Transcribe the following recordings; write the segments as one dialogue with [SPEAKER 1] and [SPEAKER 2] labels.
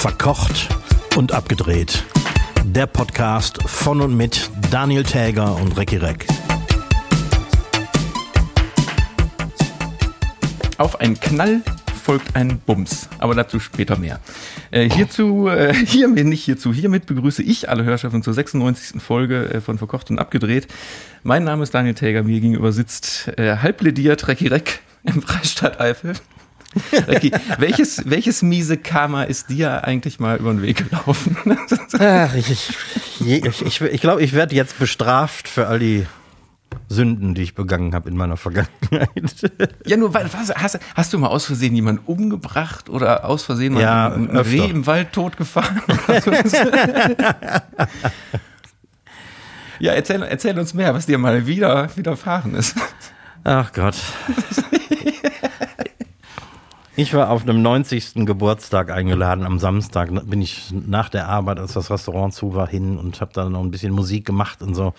[SPEAKER 1] Verkocht und abgedreht. Der Podcast von und mit Daniel Täger und Recki Reck.
[SPEAKER 2] Auf einen Knall folgt ein Bums, aber dazu später mehr. Hiermit begrüße ich alle Hörschaften zur 96. Folge von Verkocht und abgedreht. Mein Name ist Daniel Täger, mir gegenüber sitzt halb lediert Recki Reck im Freistaat Eifel. Recki, welches miese Karma ist dir eigentlich mal über den Weg gelaufen?
[SPEAKER 1] Ach, ich glaube, ich werde jetzt bestraft für all die Sünden, die ich begangen habe in meiner Vergangenheit.
[SPEAKER 2] Ja, nur, hast du mal aus Versehen jemanden umgebracht oder aus Versehen mal ein Reh im Wald totgefahren? Ja, erzähl uns mehr, was dir mal widerfahren ist.
[SPEAKER 1] Ach Gott. Ich war auf einem 90. Geburtstag eingeladen am Samstag. Bin ich nach der Arbeit, als das Restaurant zu war, hin und habe da noch ein bisschen Musik gemacht und so.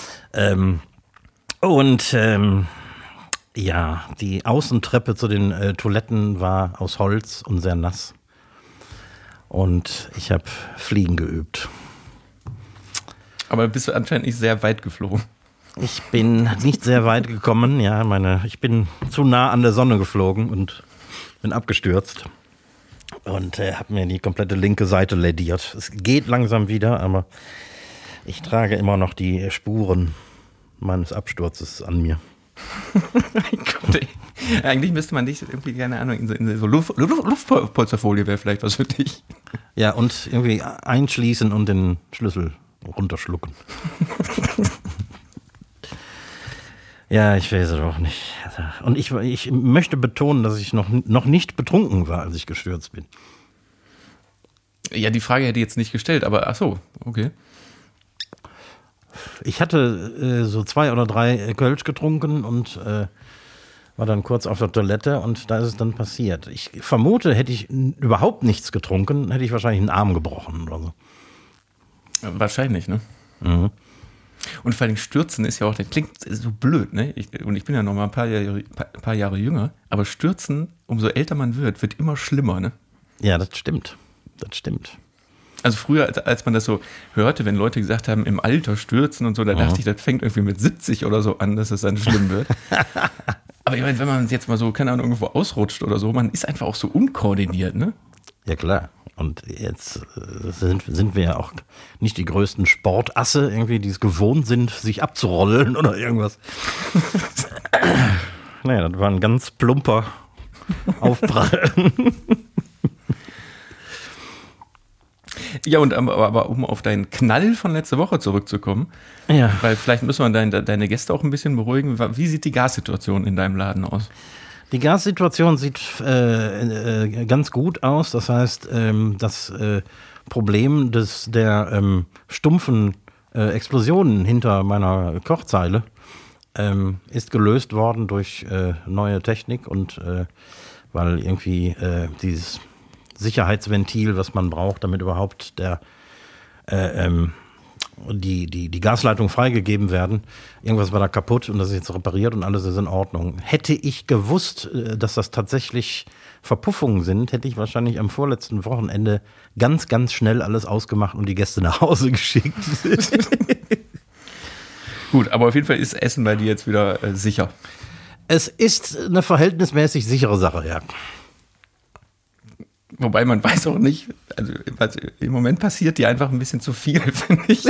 [SPEAKER 1] Die Außentreppe zu den Toiletten war aus Holz und sehr nass. Und ich habe Fliegen geübt.
[SPEAKER 2] Aber bist du anscheinend nicht sehr weit geflogen?
[SPEAKER 1] Ich bin nicht sehr weit gekommen. Ich bin zu nah an der Sonne geflogen und bin abgestürzt. Und habe mir die komplette linke Seite lädiert. Es geht langsam wieder, aber ich trage immer noch die Spuren meines Absturzes an mir.
[SPEAKER 2] Mein Gott, ey. Eigentlich müsste man dich irgendwie, keine Ahnung, in so Luftpolsterfolie wäre vielleicht was für dich.
[SPEAKER 1] Ja, und irgendwie einschließen und den Schlüssel runterschlucken. Ja, ich weiß es auch nicht. Und ich möchte betonen, dass ich noch nicht betrunken war, als ich gestürzt bin.
[SPEAKER 2] Ja, die Frage hätte ich jetzt nicht gestellt, aber ach so, okay.
[SPEAKER 1] Ich hatte so 2 oder 3 Kölsch getrunken und war dann kurz auf der Toilette und da ist es dann passiert. Ich vermute, hätte ich überhaupt nichts getrunken, hätte ich wahrscheinlich einen Arm gebrochen oder so.
[SPEAKER 2] Wahrscheinlich, ne?
[SPEAKER 1] Mhm.
[SPEAKER 2] Und vor allem Stürzen ist ja auch, das klingt so blöd, ne? Ich bin ja noch mal ein paar Jahre jünger, aber Stürzen, umso älter man wird immer schlimmer, ne?
[SPEAKER 1] Ja, das stimmt. Das stimmt.
[SPEAKER 2] Also früher, als man das so hörte, wenn Leute gesagt haben, im Alter stürzen und so, da dachte ich, das fängt irgendwie mit 70 oder so an, dass es dann schlimm wird. Aber ich meine, wenn man jetzt mal so, keine Ahnung, irgendwo ausrutscht oder so, man ist einfach auch so unkoordiniert, ne?
[SPEAKER 1] Ja, klar. Und jetzt sind wir ja auch nicht die größten Sportasse, irgendwie, die es gewohnt sind, sich abzurollen oder irgendwas. Naja, das war ein ganz plumper Aufprall.
[SPEAKER 2] Ja, aber um auf deinen Knall von letzter Woche zurückzukommen,
[SPEAKER 1] ja.
[SPEAKER 2] Weil vielleicht müssen wir deine Gäste auch ein bisschen beruhigen. Wie sieht die Gassituation in deinem Laden aus?
[SPEAKER 1] Die Gassituation sieht ganz gut aus. Das heißt, das Problem der stumpfen Explosionen hinter meiner Kochzeile ist gelöst worden durch neue Technik und weil irgendwie dieses Sicherheitsventil, was man braucht, damit überhaupt die Gasleitung freigegeben werden. Irgendwas war da kaputt und das ist jetzt repariert und alles ist in Ordnung. Hätte ich gewusst, dass das tatsächlich Verpuffungen sind, hätte ich wahrscheinlich am vorletzten Wochenende ganz, ganz schnell alles ausgemacht und die Gäste nach Hause geschickt.
[SPEAKER 2] Gut, aber auf jeden Fall ist Essen bei dir jetzt wieder sicher.
[SPEAKER 1] Es ist eine verhältnismäßig sichere Sache, ja.
[SPEAKER 2] Wobei man weiß auch nicht, also im Moment passiert dir einfach ein bisschen zu viel, finde ich.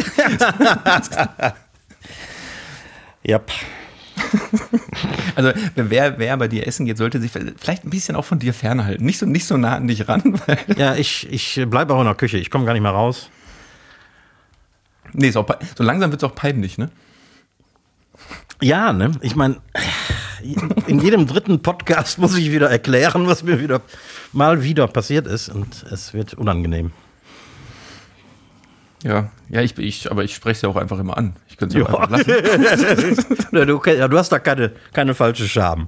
[SPEAKER 1] Yep.
[SPEAKER 2] Also wer bei dir essen geht, sollte sich vielleicht ein bisschen auch von dir fernhalten. Nicht so nah an dich ran.
[SPEAKER 1] Ja, ich bleibe auch in der Küche, ich komme gar nicht mehr raus.
[SPEAKER 2] Nee, so langsam wird es auch peinlich, ne?
[SPEAKER 1] Ja, ne? Ich meine, in jedem dritten Podcast muss ich wieder erklären, was mir mal wieder passiert ist und es wird unangenehm.
[SPEAKER 2] Ja, aber ich spreche es ja auch einfach immer an. Ich könnte es ja auch einfach lassen.
[SPEAKER 1] Du hast da keine falsche Scham.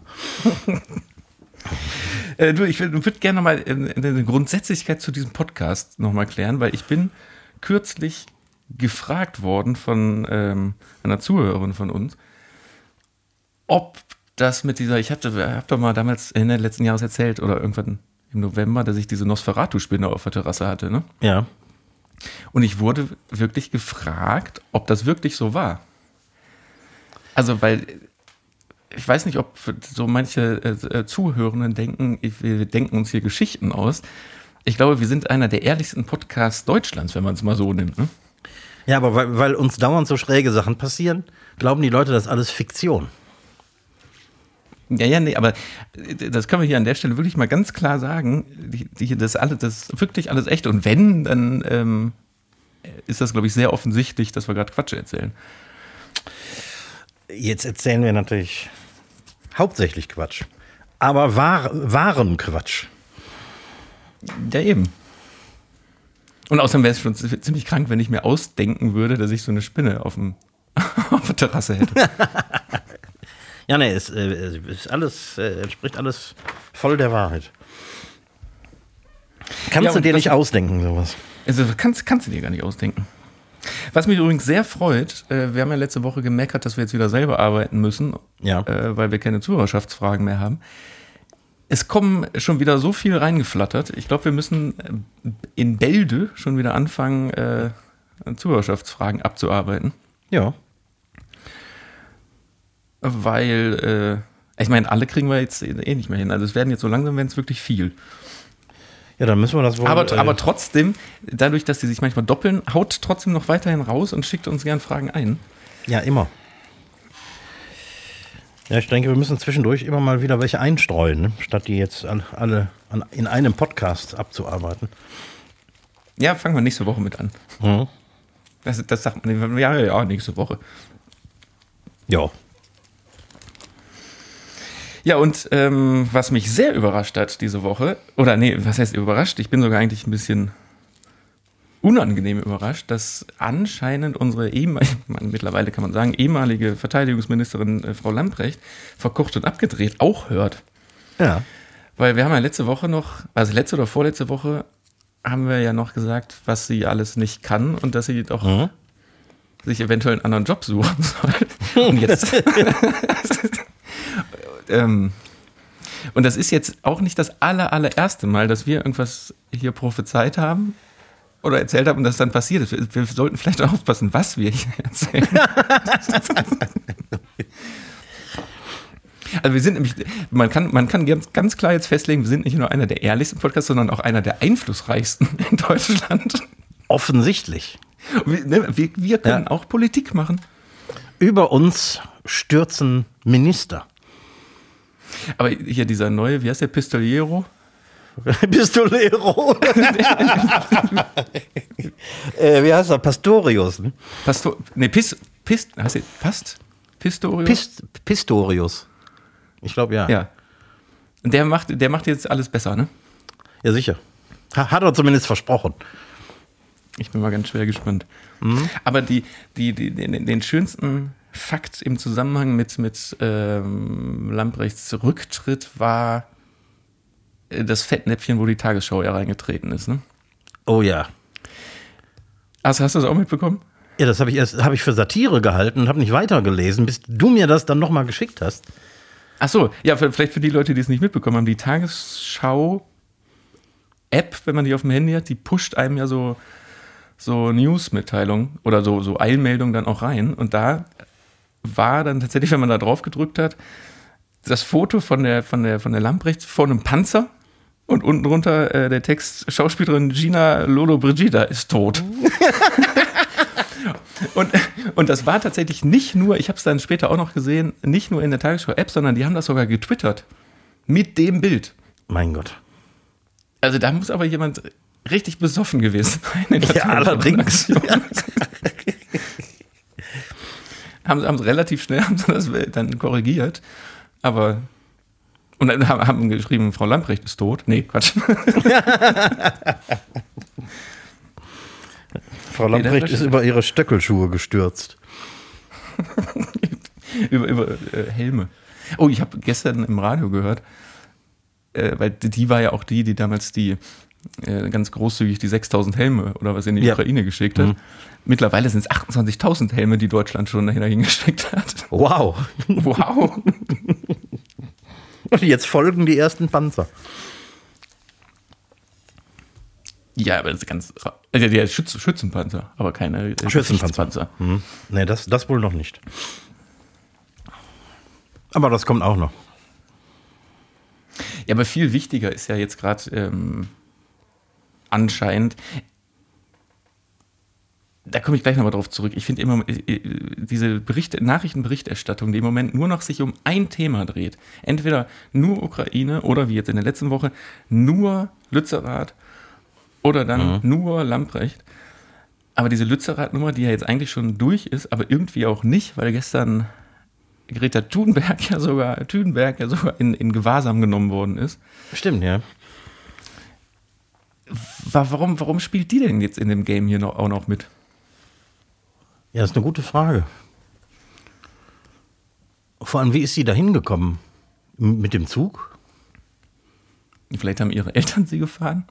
[SPEAKER 2] Ich würde gerne nochmal eine Grundsätzlichkeit zu diesem Podcast nochmal klären, weil ich bin kürzlich gefragt worden von einer Zuhörerin von uns, ob das mit dieser, ich hab doch mal damals Ende letzten Jahres erzählt oder irgendwann im November, dass ich diese Nosferatu-Spinne auf der Terrasse hatte, ne?
[SPEAKER 1] Ja.
[SPEAKER 2] Und ich wurde wirklich gefragt, ob das wirklich so war. Also, weil ich weiß nicht, ob so manche Zuhörenden denken, wir denken uns hier Geschichten aus. Ich glaube, wir sind einer der ehrlichsten Podcasts Deutschlands, wenn man es mal so nimmt, ne?
[SPEAKER 1] Ja, aber weil uns dauernd so schräge Sachen passieren, glauben die Leute, das ist alles Fiktion.
[SPEAKER 2] Ja, nee, aber das können wir hier an der Stelle wirklich mal ganz klar sagen. Das ist wirklich alles echt. Und wenn, dann ist das, glaube ich, sehr offensichtlich, dass wir gerade Quatsch erzählen.
[SPEAKER 1] Jetzt erzählen wir natürlich hauptsächlich Quatsch. Aber wahren Quatsch.
[SPEAKER 2] Ja, eben. Und außerdem wäre es schon ziemlich krank, wenn ich mir ausdenken würde, dass ich so eine Spinne auf der Terrasse hätte.
[SPEAKER 1] Ja, nee, es ist alles, entspricht alles voll der Wahrheit. Kannst du dir nicht ausdenken, sowas?
[SPEAKER 2] Also kannst du dir gar nicht ausdenken. Was mich übrigens sehr freut, wir haben ja letzte Woche gemeckert, dass wir jetzt wieder selber arbeiten müssen, weil wir keine Zuhörerschaftsfragen mehr haben. Es kommen schon wieder so viel reingeflattert. Ich glaube, wir müssen in Bälde schon wieder anfangen, Zuhörerschaftsfragen abzuarbeiten.
[SPEAKER 1] Ja.
[SPEAKER 2] Weil, ich meine, alle kriegen wir jetzt nicht mehr hin. Also es werden jetzt so langsam, werden es wirklich viel.
[SPEAKER 1] Ja, dann müssen wir das wohl...
[SPEAKER 2] Aber trotzdem, dadurch, dass die sich manchmal doppeln, haut trotzdem noch weiterhin raus und schickt uns gern Fragen ein.
[SPEAKER 1] Ja, immer. Ja, ich denke, wir müssen zwischendurch immer mal wieder welche einstreuen, ne? Statt die jetzt alle in einem Podcast abzuarbeiten.
[SPEAKER 2] Ja, fangen wir nächste Woche mit an.
[SPEAKER 1] Mhm.
[SPEAKER 2] Das sagt man, ja, nächste Woche.
[SPEAKER 1] Ja.
[SPEAKER 2] Ja, und was mich sehr überrascht hat diese Woche, oder nee, was heißt überrascht? Ich bin sogar eigentlich ein bisschen unangenehm überrascht, dass anscheinend unsere mittlerweile kann man sagen, ehemalige Verteidigungsministerin Frau Lambrecht verkocht und abgedreht auch hört.
[SPEAKER 1] Ja.
[SPEAKER 2] Weil wir haben ja letzte oder vorletzte Woche haben wir ja noch gesagt, was sie alles nicht kann und dass sie doch sich eventuell einen anderen Job suchen soll. Und jetzt... und das ist jetzt auch nicht das allererste Mal, dass wir irgendwas hier prophezeit haben oder erzählt haben und das dann passiert ist. Wir sollten vielleicht auch aufpassen, was wir hier erzählen. Also wir sind nämlich, man kann ganz klar jetzt festlegen, wir sind nicht nur einer der ehrlichsten Podcasts, sondern auch einer der einflussreichsten in Deutschland.
[SPEAKER 1] Offensichtlich.
[SPEAKER 2] Wir können auch Politik machen.
[SPEAKER 1] Über uns stürzen Minister.
[SPEAKER 2] Aber hier dieser neue, wie heißt der, Pistoliero?
[SPEAKER 1] Pistolero. Wie heißt er? Pastorius. Ne?
[SPEAKER 2] Pistorius?
[SPEAKER 1] Pistorius. Ich glaube, ja.
[SPEAKER 2] Ja. Und der macht jetzt alles besser, ne?
[SPEAKER 1] Ja, sicher. Hat er zumindest versprochen.
[SPEAKER 2] Ich bin mal ganz schwer gespannt. Mhm. Aber den schönsten Fakt im Zusammenhang mit Lambrechts Rücktritt war das Fettnäpfchen, wo die Tagesschau ja reingetreten ist, ne?
[SPEAKER 1] Oh ja.
[SPEAKER 2] Hast du das auch mitbekommen?
[SPEAKER 1] Ja, das habe ich für Satire gehalten und habe nicht weitergelesen, bis du mir das dann nochmal geschickt hast.
[SPEAKER 2] Ach so, ja, vielleicht für die Leute, die es nicht mitbekommen haben, die Tagesschau-App, wenn man die auf dem Handy hat, die pusht einem ja so News-Mitteilungen oder so Eilmeldungen dann auch rein. Und da war dann tatsächlich, wenn man da drauf gedrückt hat, das Foto von der Lambrecht vor einem Panzer und unten drunter der Text: Schauspielerin Gina Lollobrigida ist tot. Und das war tatsächlich nicht nur, ich habe es dann später auch noch gesehen, nicht nur in der Tagesschau-App, sondern die haben das sogar getwittert. Mit dem Bild.
[SPEAKER 1] Mein Gott.
[SPEAKER 2] Also da muss aber jemand richtig besoffen gewesen sein.
[SPEAKER 1] Ja, allerdings.
[SPEAKER 2] haben sie relativ schnell das dann korrigiert. Aber und dann haben geschrieben, Frau Lambrecht ist tot. Nee, Quatsch.
[SPEAKER 1] Frau Lambrecht ist über ihre Stöckelschuhe gestürzt.
[SPEAKER 2] über Helme. Oh, ich habe gestern im Radio gehört, weil die war ja auch die damals ganz großzügig die 6.000 Helme oder was in die Ukraine geschickt hat. Mhm. Mittlerweile sind es 28.000 Helme, die Deutschland schon dahin geschickt hat.
[SPEAKER 1] Wow.
[SPEAKER 2] Wow.
[SPEAKER 1] Und jetzt folgen die ersten Panzer.
[SPEAKER 2] Ja, aber das ist ganz. Also der Schützenpanzer, aber keine
[SPEAKER 1] Schützenpanzer. Nee, das wohl noch nicht. Aber das kommt auch noch.
[SPEAKER 2] Ja, aber viel wichtiger ist ja jetzt gerade anscheinend, da komme ich gleich nochmal drauf zurück, ich finde immer diese Nachrichtenberichterstattung, die im Moment nur noch sich um ein Thema dreht, entweder nur Ukraine oder wie jetzt in der letzten Woche nur Lützerath oder dann nur Lamprecht. Aber diese Lützerath-Nummer, die ja jetzt eigentlich schon durch ist, aber irgendwie auch nicht, weil gestern Greta Thunberg ja sogar in Gewahrsam genommen worden ist.
[SPEAKER 1] Stimmt, ja.
[SPEAKER 2] Warum spielt die denn jetzt in dem Game hier auch noch mit?
[SPEAKER 1] Ja, das ist eine gute Frage. Vor allem, wie ist sie da hingekommen? Mit dem Zug?
[SPEAKER 2] Vielleicht haben ihre Eltern sie gefahren?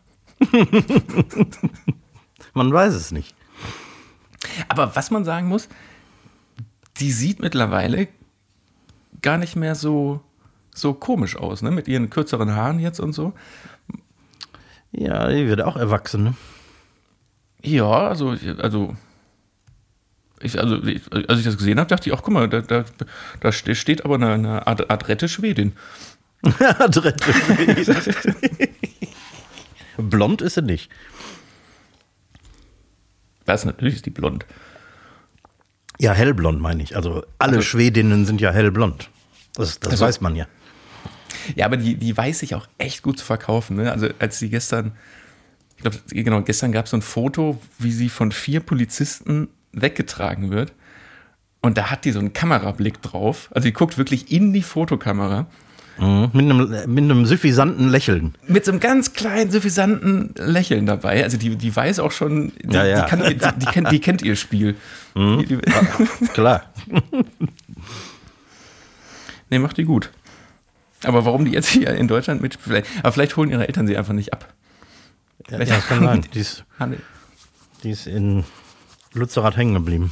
[SPEAKER 1] Man weiß es nicht.
[SPEAKER 2] Aber was man sagen muss, die sieht mittlerweile gar nicht mehr so komisch aus, ne? Mit ihren kürzeren Haaren jetzt und so.
[SPEAKER 1] Ja, die wird auch erwachsen, ne?
[SPEAKER 2] Ja, als ich das gesehen habe, dachte ich, ach guck mal, da steht aber eine adrette Schwedin.
[SPEAKER 1] Adrette Schwedin. Blond ist sie nicht.
[SPEAKER 2] Was, natürlich ist die blond.
[SPEAKER 1] Ja, hellblond meine ich. Also alle Schwedinnen sind ja hellblond. Das weiß man ja.
[SPEAKER 2] Ja, aber die weiß sich auch echt gut zu verkaufen. Ne? Also als sie gestern gab es so ein Foto, wie sie von 4 Polizisten weggetragen wird. Und da hat die so einen Kamerablick drauf. Also die guckt wirklich in die Fotokamera.
[SPEAKER 1] Mit einem suffisanten Lächeln.
[SPEAKER 2] Mit so einem ganz kleinen, suffisanten Lächeln dabei. Also die weiß auch schon, die kennt ihr Spiel.
[SPEAKER 1] Klar.
[SPEAKER 2] Nee, macht die gut. Aber warum die jetzt hier in Deutschland vielleicht holen ihre Eltern sie einfach nicht ab.
[SPEAKER 1] Ja, das kann sein. Die ist in Lützerath hängen geblieben.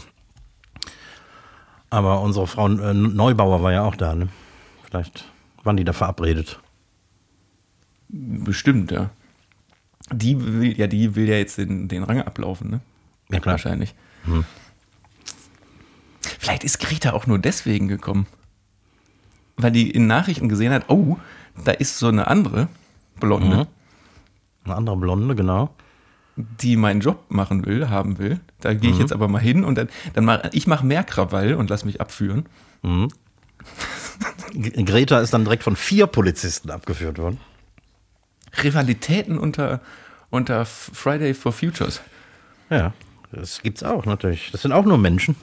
[SPEAKER 1] Aber unsere Frau Neubauer war ja auch da, ne? Vielleicht waren die da verabredet.
[SPEAKER 2] Bestimmt, ja. Die will ja jetzt den Rang ablaufen, ne?
[SPEAKER 1] Ja, klar.
[SPEAKER 2] Wahrscheinlich. Vielleicht ist Greta auch nur deswegen gekommen. Weil die in Nachrichten gesehen hat, oh, da ist so eine andere Blonde.
[SPEAKER 1] Eine andere Blonde, genau.
[SPEAKER 2] Die meinen Job haben will. Da gehe ich jetzt aber mal hin und dann mache mehr Krawall und lass mich abführen.
[SPEAKER 1] Greta ist dann direkt von 4 Polizisten abgeführt worden.
[SPEAKER 2] Rivalitäten unter Friday for Futures.
[SPEAKER 1] Ja, das gibt's auch natürlich. Das sind auch nur Menschen.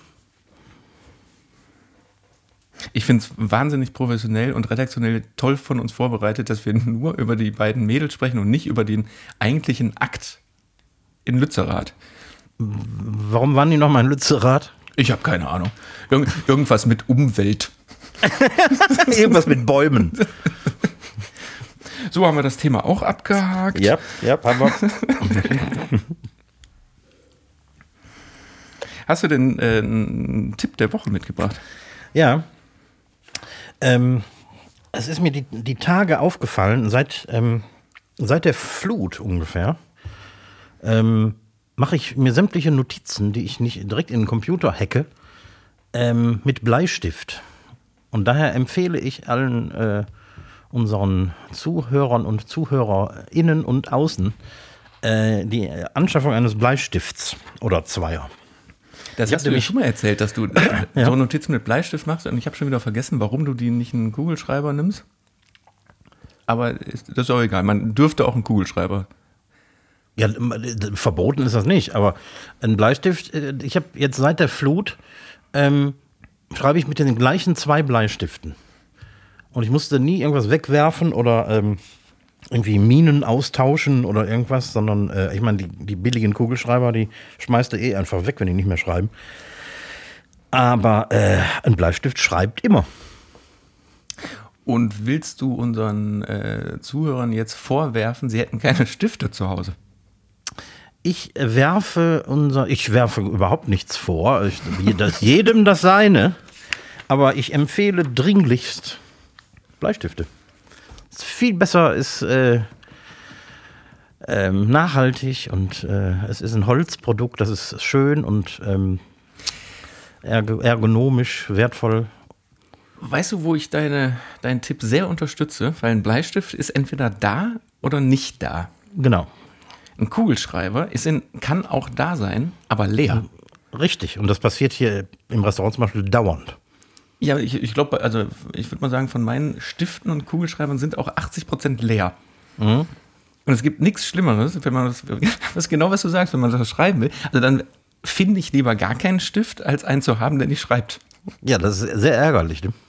[SPEAKER 2] Ich finde es wahnsinnig professionell und redaktionell toll von uns vorbereitet, dass wir nur über die beiden Mädels sprechen und nicht über den eigentlichen Akt in Lützerath.
[SPEAKER 1] Warum waren die nochmal in Lützerath?
[SPEAKER 2] Ich habe keine Ahnung. Irgendwas mit Umwelt.
[SPEAKER 1] Irgendwas mit Bäumen.
[SPEAKER 2] So haben wir das Thema auch abgehakt.
[SPEAKER 1] Ja, haben wir.
[SPEAKER 2] Hast du denn einen Tipp der Woche mitgebracht?
[SPEAKER 1] Ja. Es ist mir die Tage aufgefallen, seit der Flut ungefähr, mache ich mir sämtliche Notizen, die ich nicht direkt in den Computer hacke, mit Bleistift. Und daher empfehle ich allen unseren Zuhörern und ZuhörerInnen und außen die Anschaffung eines Bleistifts oder zweier.
[SPEAKER 2] Das hast du mir schon mal erzählt, dass du so Notizen mit Bleistift machst und ich habe schon wieder vergessen, warum du die nicht einen Kugelschreiber nimmst. Aber das ist auch egal, man dürfte auch einen Kugelschreiber.
[SPEAKER 1] Ja, verboten ist das nicht, aber ein Bleistift, ich habe jetzt seit der Flut, schreibe ich mit den gleichen 2 Bleistiften. Und ich musste nie irgendwas wegwerfen oder irgendwie Minen austauschen oder irgendwas, sondern ich meine, die billigen Kugelschreiber, die schmeißt du einfach weg, wenn die nicht mehr schreiben. Aber ein Bleistift schreibt immer.
[SPEAKER 2] Und willst du unseren Zuhörern jetzt vorwerfen, sie hätten keine Stifte zu Hause?
[SPEAKER 1] Ich werfe überhaupt nichts vor, jedem das seine, aber ich empfehle dringlichst Bleistifte. Viel besser ist nachhaltig und es ist ein Holzprodukt, das ist schön und ergonomisch wertvoll.
[SPEAKER 2] Weißt du, wo ich deinen Tipp sehr unterstütze? Weil ein Bleistift ist entweder da oder nicht da.
[SPEAKER 1] Genau.
[SPEAKER 2] Ein Kugelschreiber kann auch da sein, aber leer.
[SPEAKER 1] Richtig, und das passiert hier im Restaurant zum Beispiel dauernd.
[SPEAKER 2] Ja, ich glaube, also ich würde mal sagen, von meinen Stiften und Kugelschreibern sind auch 80% leer. Mhm. Und es gibt nichts Schlimmeres, wenn man das genau, was du sagst, wenn man das schreiben will. Also dann finde ich lieber gar keinen Stift, als einen zu haben, der nicht schreibt.
[SPEAKER 1] Ja, das ist sehr ärgerlich. Ne?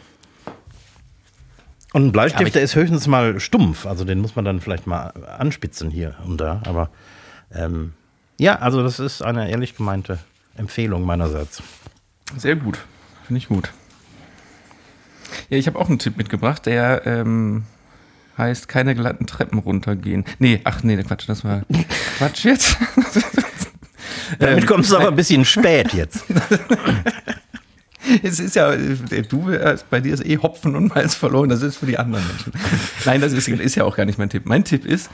[SPEAKER 1] Und ein Bleistift, der ist höchstens mal stumpf. Also den muss man dann vielleicht mal anspitzen hier und da. Aber ja, also das ist eine ehrlich gemeinte Empfehlung meinerseits.
[SPEAKER 2] Sehr gut, finde ich gut. Ja, ich habe auch einen Tipp mitgebracht, der heißt, keine glatten Treppen runtergehen. Quatsch, das war Quatsch jetzt.
[SPEAKER 1] Damit kommst du aber ein bisschen spät jetzt.
[SPEAKER 2] Es ist ja, bei dir ist Hopfen und Malz verloren, das ist für die anderen Menschen. Nein, das ist ja auch gar nicht mein Tipp. Mein Tipp ist,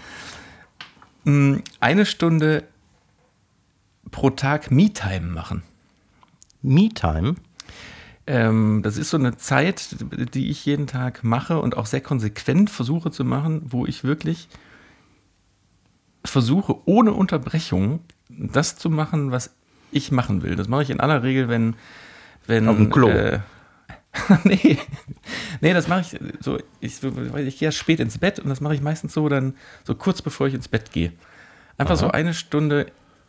[SPEAKER 2] 1 Stunde pro Tag Me-Time machen.
[SPEAKER 1] Me-Time?
[SPEAKER 2] Das ist so eine Zeit, die ich jeden Tag mache und auch sehr konsequent versuche zu machen, wo ich wirklich versuche, ohne Unterbrechung das zu machen, was ich machen will. Das mache ich in aller Regel, wenn
[SPEAKER 1] auf dem Klo.
[SPEAKER 2] Nee, das mache ich so. Ich gehe ja spät ins Bett und das mache ich meistens so dann so kurz bevor ich ins Bett gehe. Einfach so 1 Stunde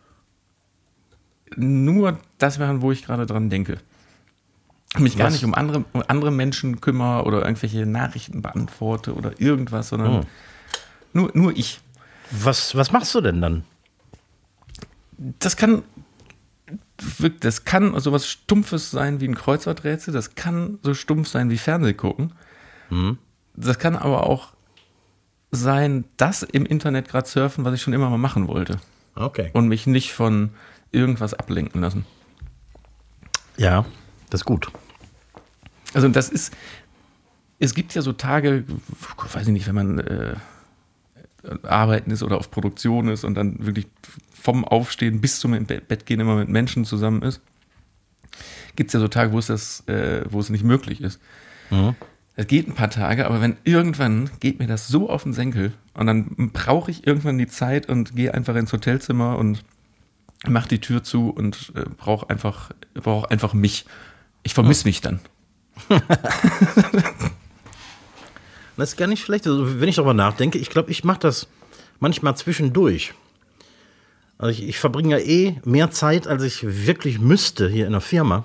[SPEAKER 2] nur das machen, wo ich gerade dran denke. Mich gar nicht um andere Menschen kümmere oder irgendwelche Nachrichten beantworte oder irgendwas, sondern nur ich.
[SPEAKER 1] Was machst du denn dann?
[SPEAKER 2] Das kann sowas Stumpfes sein wie ein Kreuzworträtsel, das kann so stumpf sein wie Fernsehgucken. Das kann aber auch sein, das im Internet gerade surfen, was ich schon immer mal machen wollte.
[SPEAKER 1] Okay.
[SPEAKER 2] Und mich nicht von irgendwas ablenken lassen.
[SPEAKER 1] Ja, das ist gut.
[SPEAKER 2] Also es gibt ja so Tage, weiß ich nicht, wenn man arbeiten ist oder auf Produktion ist und dann wirklich vom Aufstehen bis zum Bett gehen immer mit Menschen zusammen ist, gibt es ja so Tage, wo es nicht möglich ist. Es geht ein paar Tage, aber irgendwann geht mir das so auf den Senkel und dann brauche ich irgendwann die Zeit und gehe einfach ins Hotelzimmer und mache die Tür zu und brauche einfach mich. Ich vermisse mich dann.
[SPEAKER 1] Das ist gar nicht schlecht. Also, wenn ich darüber nachdenke, ich glaube, ich mache das manchmal zwischendurch. Also ich verbringe ja mehr Zeit, als ich wirklich müsste hier in der Firma.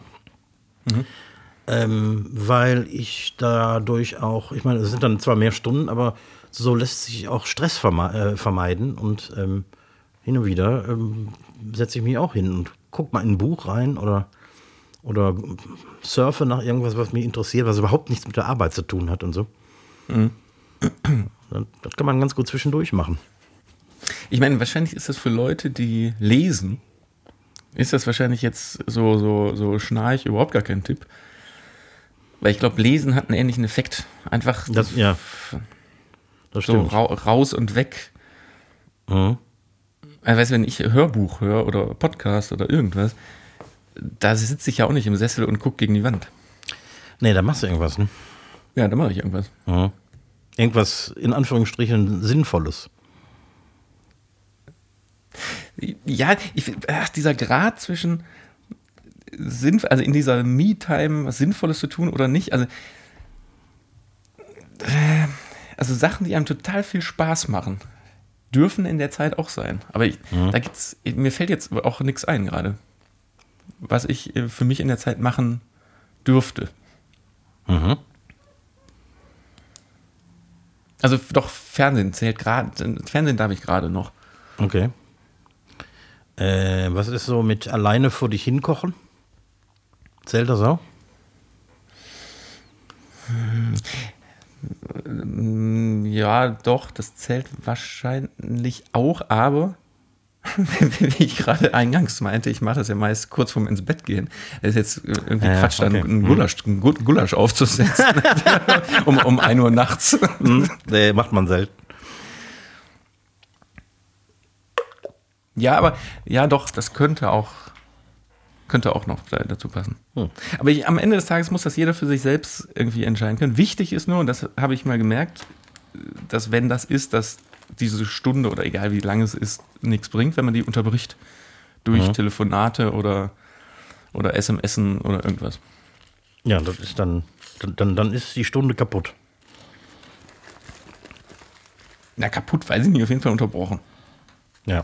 [SPEAKER 1] Weil ich dadurch auch, ich meine, es sind dann zwar mehr Stunden, aber so lässt sich auch Stress vermeiden. Und hin und wieder setze ich mich auch hin und gucke mal in ein Buch rein oder surfe nach irgendwas, was mich interessiert, was überhaupt nichts mit der Arbeit zu tun hat und so. Das kann man ganz gut zwischendurch machen.
[SPEAKER 2] Ich meine, wahrscheinlich ist das für Leute, die lesen, ist das wahrscheinlich jetzt so Schnarch überhaupt gar kein Tipp. Weil ich glaube, Lesen hat einen ähnlichen Effekt. Einfach
[SPEAKER 1] das
[SPEAKER 2] so
[SPEAKER 1] stimmt.
[SPEAKER 2] Raus und weg. Also, weißt du, wenn ich Hörbuch höre oder Podcast oder irgendwas, da sitze ich ja auch nicht im Sessel und gucke gegen die Wand.
[SPEAKER 1] Nee, da machst du irgendwas, ne?
[SPEAKER 2] Ja, da mache ich irgendwas.
[SPEAKER 1] Irgendwas, in Anführungsstrichen, Sinnvolles.
[SPEAKER 2] Ja, dieser Grad zwischen also in dieser Me-Time was Sinnvolles zu tun oder nicht, also Sachen, die einem total viel Spaß machen, dürfen in der Zeit auch sein. Aber mir fällt jetzt auch nichts ein gerade, was ich für mich in der Zeit machen dürfte. Also doch, Fernsehen zählt gerade, Fernsehen darf ich gerade noch.
[SPEAKER 1] Okay. Was ist so mit alleine vor dich hinkochen? Zählt das auch?
[SPEAKER 2] Ja, doch, das zählt wahrscheinlich auch, aber wie ich gerade eingangs meinte, ich mache das ja meist kurz vorm ins Bett gehen. Das ist jetzt irgendwie Quatsch, dann einen Gulasch aufzusetzen um 1 Uhr nachts.
[SPEAKER 1] Nee, macht man selten.
[SPEAKER 2] Ja, aber ja doch, das könnte auch noch dazu passen. Aber am Ende des Tages muss das jeder für sich selbst irgendwie entscheiden können. Wichtig ist nur, und das habe ich mal gemerkt, dass wenn das ist, dass diese Stunde oder egal wie lang es ist, nichts bringt, wenn man die unterbricht durch Telefonate oder SMSen oder irgendwas.
[SPEAKER 1] Ja, das ist dann ist die Stunde kaputt.
[SPEAKER 2] Na, kaputt, weiß ich nicht, auf jeden Fall unterbrochen.
[SPEAKER 1] Ja.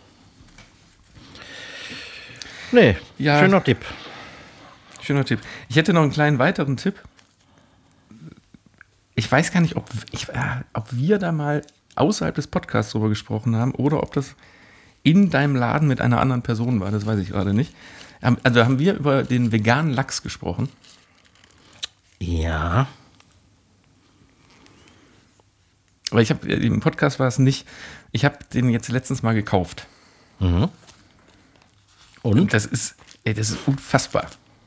[SPEAKER 1] Nee,
[SPEAKER 2] Ja.
[SPEAKER 1] schöner Tipp.
[SPEAKER 2] Schöner Tipp. Ich hätte noch einen kleinen weiteren Tipp. Ich weiß gar nicht, ob wir da mal außerhalb des Podcasts drüber gesprochen haben oder ob das in deinem Laden mit einer anderen Person war. Das weiß ich gerade nicht. Also haben wir über den veganen Lachs gesprochen.
[SPEAKER 1] Ja.
[SPEAKER 2] Aber im Podcast war es nicht. Ich habe den jetzt letztens mal gekauft.
[SPEAKER 1] Mhm.
[SPEAKER 2] Und das ist unfassbar.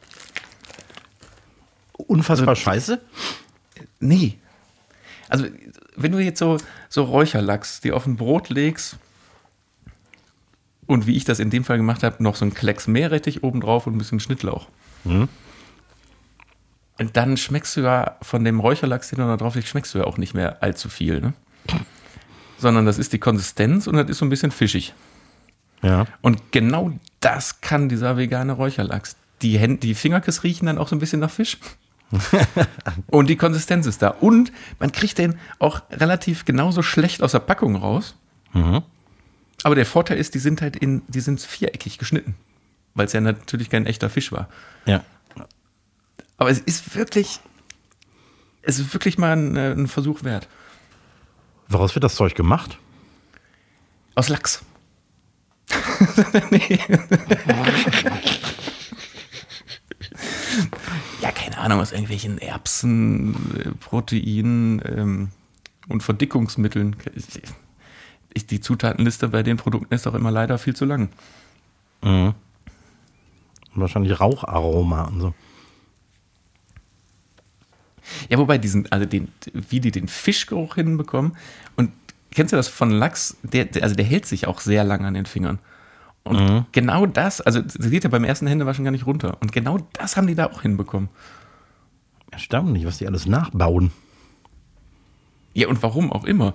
[SPEAKER 1] Unfassbar scheiße?
[SPEAKER 2] Nee. Also, wenn du jetzt so Räucherlachs dir auf ein Brot legst und wie ich das in dem Fall gemacht habe, noch so ein Klecks Meerrettich obendrauf und ein bisschen Schnittlauch.
[SPEAKER 1] Mhm.
[SPEAKER 2] Und dann schmeckst du ja von dem Räucherlachs, den du da drauf legst, schmeckst du ja auch nicht mehr allzu viel, ne? Sondern das ist die Konsistenz und das ist so ein bisschen fischig.
[SPEAKER 1] Ja.
[SPEAKER 2] Und genau das kann dieser vegane Räucherlachs. Die Fingerkes riechen dann auch so ein bisschen nach Fisch. Und die Konsistenz ist da. Und man kriegt den auch relativ genauso schlecht aus der Packung raus.
[SPEAKER 1] Mhm.
[SPEAKER 2] Aber der Vorteil ist, die sind viereckig geschnitten. Weil es ja natürlich kein echter Fisch war.
[SPEAKER 1] Ja.
[SPEAKER 2] Aber es ist wirklich mal ein Versuch wert.
[SPEAKER 1] Woraus wird das Zeug gemacht?
[SPEAKER 2] Aus Lachs. Nee. Ja, keine Ahnung, aus irgendwelchen Erbsen, Proteinen und Verdickungsmitteln. Die Zutatenliste bei den Produkten ist doch immer leider viel zu lang.
[SPEAKER 1] Mhm. Wahrscheinlich Raucharoma und so.
[SPEAKER 2] Ja, wobei wie die den Fischgeruch hinbekommen. Und kennst du das von Lachs? Der hält sich auch sehr lang an den Fingern. Und genau das, also das geht ja beim ersten Händewaschen gar nicht runter. Und genau das haben die da auch hinbekommen.
[SPEAKER 1] Erstaunlich, was die alles nachbauen.
[SPEAKER 2] Ja, und warum auch immer.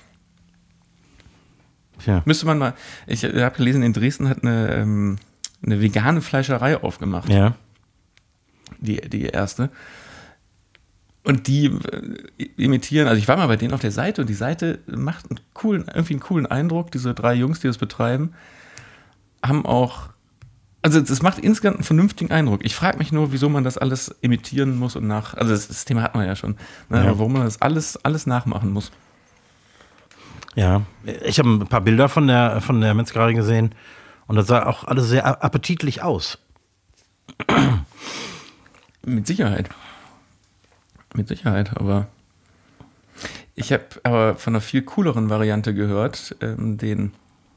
[SPEAKER 1] Tja.
[SPEAKER 2] Müsste man mal, ich habe gelesen, in Dresden hat eine vegane Fleischerei aufgemacht.
[SPEAKER 1] Ja.
[SPEAKER 2] Die erste. Und die imitieren, also ich war mal bei denen auf der Seite und die Seite macht irgendwie einen coolen Eindruck. Diese 3 Jungs, die das betreiben, haben auch, also das macht insgesamt einen vernünftigen Eindruck. Ich frage mich nur, wieso man das alles imitieren muss und also das Thema hat man ja schon, ne?
[SPEAKER 1] Ja.
[SPEAKER 2] Aber warum man das alles nachmachen muss.
[SPEAKER 1] Ja, ich habe ein paar Bilder von der Metzgerei gesehen und das sah auch alles sehr appetitlich aus.
[SPEAKER 2] Mit Sicherheit, aber ich habe aber von einer viel cooleren Variante gehört, den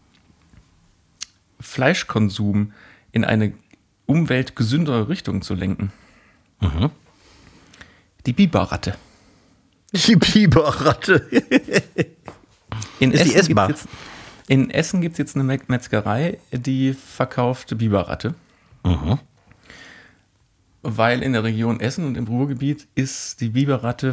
[SPEAKER 2] Fleischkonsum in eine umweltgesündere Richtung zu lenken.
[SPEAKER 1] Mhm.
[SPEAKER 2] Die Biberratte.
[SPEAKER 1] Die Biberratte. Ist die essbar?
[SPEAKER 2] In Essen gibt es jetzt eine Metzgerei, die verkauft Biberratte.
[SPEAKER 1] Mhm.
[SPEAKER 2] Weil in der Region Essen und im Ruhrgebiet ist die Biberratte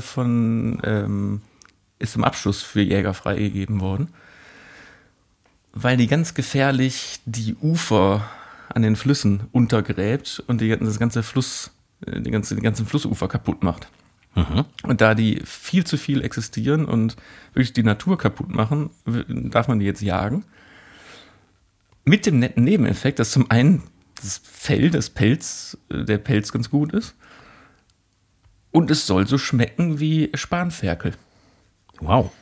[SPEAKER 2] ist zum Abschluss für Jäger freigegeben worden. Weil die ganz gefährlich die Ufer an den Flüssen untergräbt und den ganzen Flussufer kaputt macht.
[SPEAKER 1] Mhm.
[SPEAKER 2] Und da die viel zu viel existieren und wirklich die Natur kaputt machen, darf man die jetzt jagen. Mit dem netten Nebeneffekt, dass zum einen der Pelz ganz gut ist und es soll so schmecken wie Spanferkel.
[SPEAKER 1] Wow.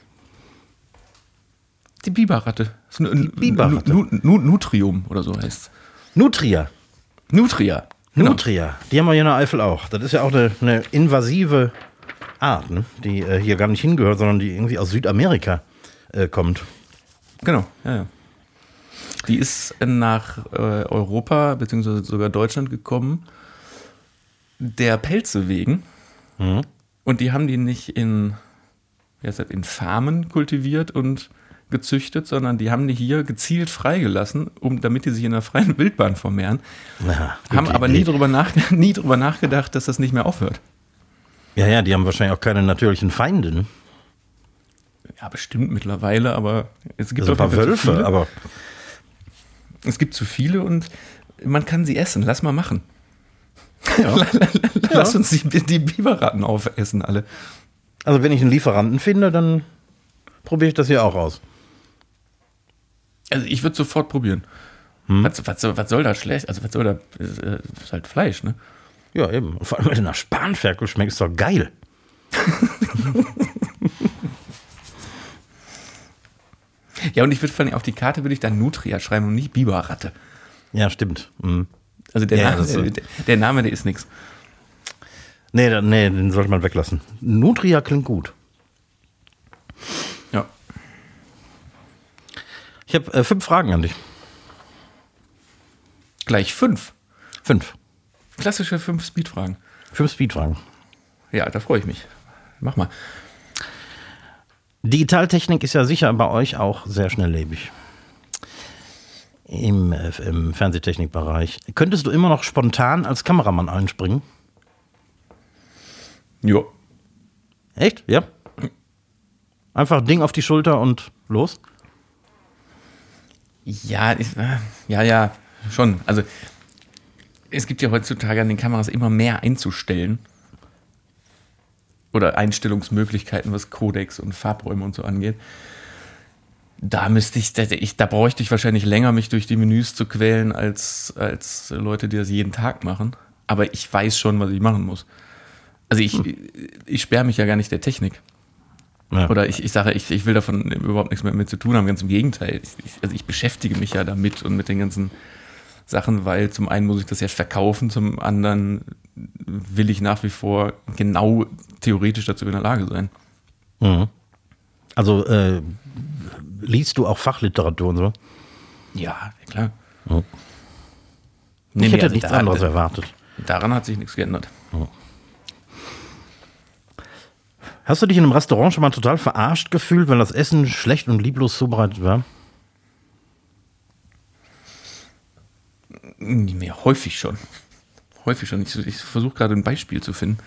[SPEAKER 2] Die Biberratte.
[SPEAKER 1] Biberratte.
[SPEAKER 2] Nutrium oder so heißt es.
[SPEAKER 1] Nutria.
[SPEAKER 2] Nutria. Genau.
[SPEAKER 1] Nutria. Die haben wir hier in der Eifel auch. Das ist ja auch eine invasive Art, ne? Die hier gar nicht hingehört, sondern die irgendwie aus Südamerika kommt.
[SPEAKER 2] Genau, ja. Die ist nach Europa bzw. sogar Deutschland gekommen, der Pelze wegen.
[SPEAKER 1] Mhm.
[SPEAKER 2] Und die haben die nicht in Farmen kultiviert und gezüchtet, sondern die haben die hier gezielt freigelassen, damit die sich in der freien Wildbahn vermehren.
[SPEAKER 1] Ja,
[SPEAKER 2] haben aber nie drüber nachgedacht, dass das nicht mehr aufhört.
[SPEAKER 1] Ja, die haben wahrscheinlich auch keine natürlichen Feinde. Ne?
[SPEAKER 2] Ja, bestimmt mittlerweile, aber es gibt
[SPEAKER 1] Also ein paar Wölfe, aber
[SPEAKER 2] es gibt zu viele und man kann sie essen. Lass mal machen.
[SPEAKER 1] ja.
[SPEAKER 2] Lass uns die Biberratten aufessen alle.
[SPEAKER 1] Also wenn ich einen Lieferanten finde, dann probiere ich das hier auch aus.
[SPEAKER 2] Also ich würde sofort probieren. Was soll da schlecht? Also was soll da? Ist halt Fleisch, ne?
[SPEAKER 1] Ja, eben. Und vor allem, wenn du nach Spanferkel schmeckt, ist doch geil.
[SPEAKER 2] Ja, und ich würde vor allem auf die Karte würde ich dann Nutria schreiben und nicht Biberratte.
[SPEAKER 1] Ja, stimmt. Mhm.
[SPEAKER 2] Also der Name, der ist nix.
[SPEAKER 1] Nee, den sollte man weglassen. Nutria klingt gut.
[SPEAKER 2] Ja.
[SPEAKER 1] Ich habe 5 Fragen an dich.
[SPEAKER 2] Gleich 5.
[SPEAKER 1] 5.
[SPEAKER 2] Klassische 5 Speedfragen.
[SPEAKER 1] 5 Speedfragen.
[SPEAKER 2] Ja, da freue ich mich. Mach mal.
[SPEAKER 1] Digitaltechnik ist ja sicher bei euch auch sehr schnelllebig. Im Fernsehtechnikbereich. Könntest du immer noch spontan als Kameramann einspringen?
[SPEAKER 2] Ja.
[SPEAKER 1] Echt? Ja. Einfach Ding auf die Schulter und los?
[SPEAKER 2] Ja, ja, schon. Also es gibt ja heutzutage an den Kameras immer mehr einzustellen. Oder Einstellungsmöglichkeiten, was Codecs und Farbräume und so angeht. Da bräuchte ich wahrscheinlich länger, mich durch die Menüs zu quälen, als Leute, die das jeden Tag machen. Aber ich weiß schon, was ich machen muss. Also ich sperre mich ja gar nicht der Technik. Ja. Oder ich sage, ich will davon überhaupt nichts mehr mit zu tun haben. Ganz im Gegenteil. Ich beschäftige mich ja damit und mit den ganzen Sachen, weil zum einen muss ich das ja verkaufen, zum anderen will ich nach wie vor genau theoretisch dazu in der Lage sein.
[SPEAKER 1] Mhm. Also liest du auch Fachliteratur und so?
[SPEAKER 2] Ja, klar.
[SPEAKER 1] Mhm. Ich hätte nichts anderes erwartet.
[SPEAKER 2] Daran hat sich nichts geändert.
[SPEAKER 1] Mhm. Hast du dich in einem Restaurant schon mal total verarscht gefühlt, weil das Essen schlecht und lieblos zubereitet war?
[SPEAKER 2] Nee, häufig schon. Häufig schon. Ich versuche gerade ein Beispiel zu finden.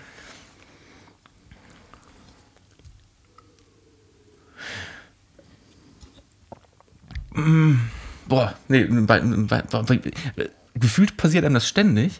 [SPEAKER 2] Boah, nee, gefühlt passiert einem das ständig.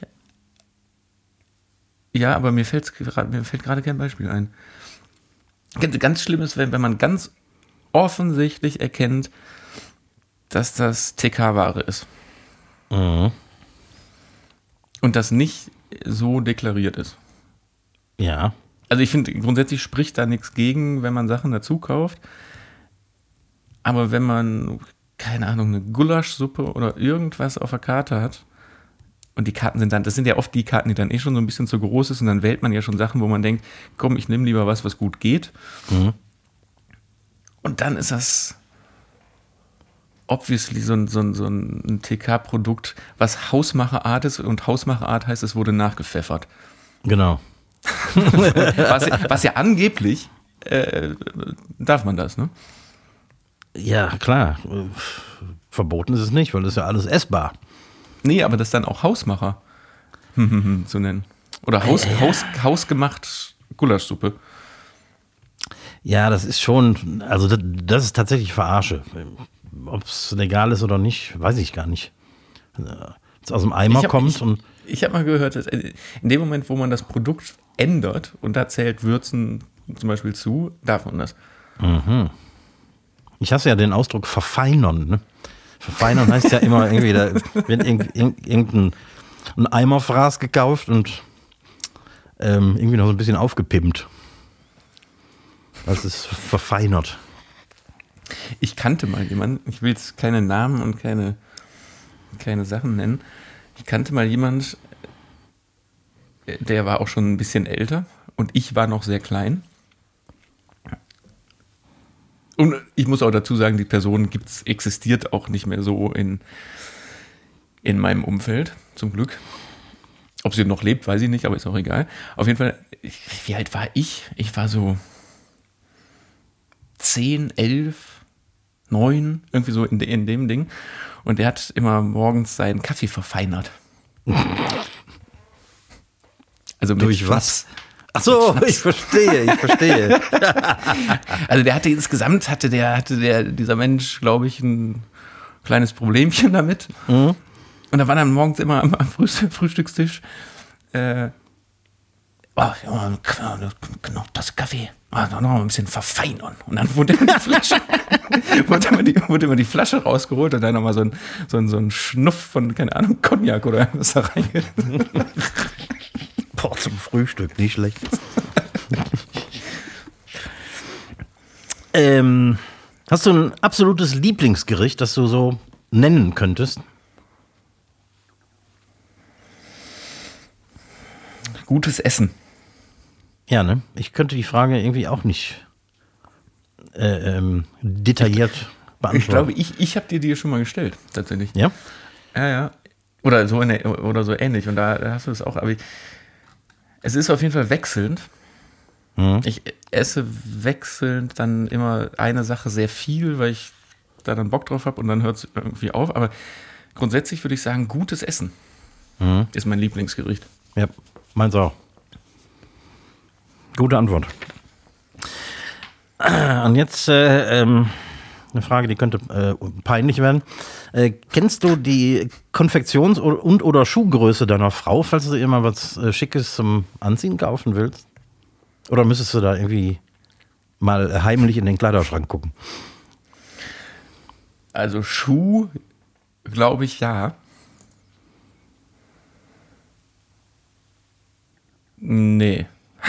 [SPEAKER 2] Ja, aber mir fällt gerade kein Beispiel ein. Ganz schlimm ist, wenn man ganz offensichtlich erkennt, dass das TK-Ware ist.
[SPEAKER 1] Mhm.
[SPEAKER 2] Und das nicht so deklariert ist.
[SPEAKER 1] Ja.
[SPEAKER 2] Also ich finde, grundsätzlich spricht da nichts gegen, wenn man Sachen dazu kauft. Aber wenn man, keine Ahnung, eine Gulaschsuppe oder irgendwas auf der Karte hat und die Karten sind dann, das sind ja oft die Karten, die dann schon so ein bisschen zu groß ist und dann wählt man ja schon Sachen, wo man denkt, komm, ich nehme lieber was gut geht.
[SPEAKER 1] Mhm.
[SPEAKER 2] Und dann ist das obviously so ein TK-Produkt, was Hausmacherart ist und Hausmacherart heißt, es wurde nachgepfeffert.
[SPEAKER 1] Genau.
[SPEAKER 2] was ja angeblich darf man das, ne?
[SPEAKER 1] Ja, klar. Verboten ist es nicht, weil das ist ja alles essbar.
[SPEAKER 2] Nee, aber das dann auch Hausmacher zu nennen. Oder hausgemacht Gulaschsuppe. Ja,
[SPEAKER 1] das ist schon, also das ist tatsächlich Verarsche. Ob es legal ist oder nicht, weiß ich gar nicht. Es aus dem Eimer kommt.
[SPEAKER 2] Ich habe mal gehört, dass in dem Moment, wo man das Produkt ändert und da zählt Würzen zum Beispiel zu, darf man das.
[SPEAKER 1] Mhm. Ich hasse ja den Ausdruck verfeinern. Ne? Verfeinern heißt ja immer irgendwie, da wird irgendein Eimerfraß gekauft und irgendwie noch so ein bisschen aufgepimpt. Das ist verfeinert.
[SPEAKER 2] Ich kannte mal jemanden, ich will jetzt keine Namen und keine Sachen nennen. Ich kannte mal jemanden, der war auch schon ein bisschen älter und ich war noch sehr klein. Und ich muss auch dazu sagen, die Person existiert auch nicht mehr so in meinem Umfeld, zum Glück. Ob sie noch lebt, weiß ich nicht, aber ist auch egal. Auf jeden Fall, wie alt war ich? Ich war so 10, 11, 9, irgendwie so in dem Ding. Und der hat immer morgens seinen Kaffee verfeinert. Also
[SPEAKER 1] durch was? Ach so, ich verstehe.
[SPEAKER 2] Also dieser Mensch, glaube ich, ein kleines Problemchen damit. Mhm. Und da war dann morgens immer am Frühstückstisch das Kaffee, noch ein bisschen verfeinern. Und dann wurde immer die Flasche rausgeholt und dann nochmal so ein Schnuff von, keine Ahnung, Cognac oder was da reingeht.
[SPEAKER 1] Boah, zum Frühstück, nicht schlecht. Hast du ein absolutes Lieblingsgericht, das du so nennen könntest?
[SPEAKER 2] Gutes Essen.
[SPEAKER 1] Ja, ne? Ich könnte die Frage irgendwie auch nicht detailliert beantworten.
[SPEAKER 2] Ich glaube, ich habe dir die schon mal gestellt, tatsächlich.
[SPEAKER 1] Ja?
[SPEAKER 2] Ja. Oder so ähnlich. Und da hast du es auch. Aber es ist auf jeden Fall wechselnd. Mhm. Ich esse wechselnd dann immer eine Sache sehr viel, weil ich da dann Bock drauf habe und dann hört es irgendwie auf. Aber grundsätzlich würde ich sagen, gutes Essen ist mein Lieblingsgericht.
[SPEAKER 1] Ja, meins auch. Gute Antwort. Und jetzt eine Frage, die könnte peinlich werden. Kennst du die Konfektions- oder Schuhgröße deiner Frau, falls du ihr mal was Schickes zum Anziehen kaufen willst? Oder müsstest du da irgendwie mal heimlich in den Kleiderschrank gucken?
[SPEAKER 2] Also Schuh, glaube ich, ja. Nee.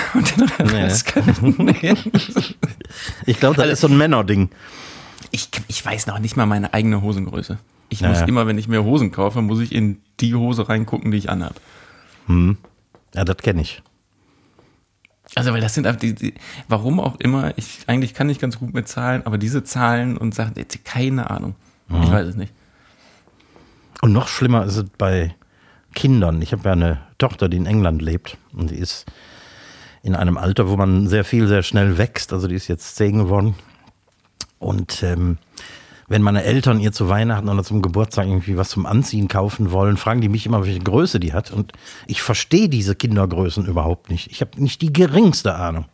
[SPEAKER 1] Nee. Ich glaube, das ist so ein Männerding.
[SPEAKER 2] Ich weiß noch nicht mal meine eigene Hosengröße. Ich muss immer, wenn ich mir Hosen kaufe, muss ich in die Hose reingucken, die ich anhab.
[SPEAKER 1] Ja, das kenne ich.
[SPEAKER 2] Also, weil das sind einfach warum auch immer, eigentlich kann ich ganz gut mit Zahlen, aber diese Zahlen und Sachen, keine Ahnung. Ich weiß es nicht.
[SPEAKER 1] Und noch schlimmer ist es bei Kindern. Ich habe ja eine Tochter, die in England lebt und die ist in einem Alter, wo man sehr viel, sehr schnell wächst. Also die ist jetzt 10 geworden. Und wenn meine Eltern ihr zu Weihnachten oder zum Geburtstag irgendwie was zum Anziehen kaufen wollen, fragen die mich immer, welche Größe die hat. Und ich verstehe diese Kindergrößen überhaupt nicht. Ich habe nicht die geringste Ahnung.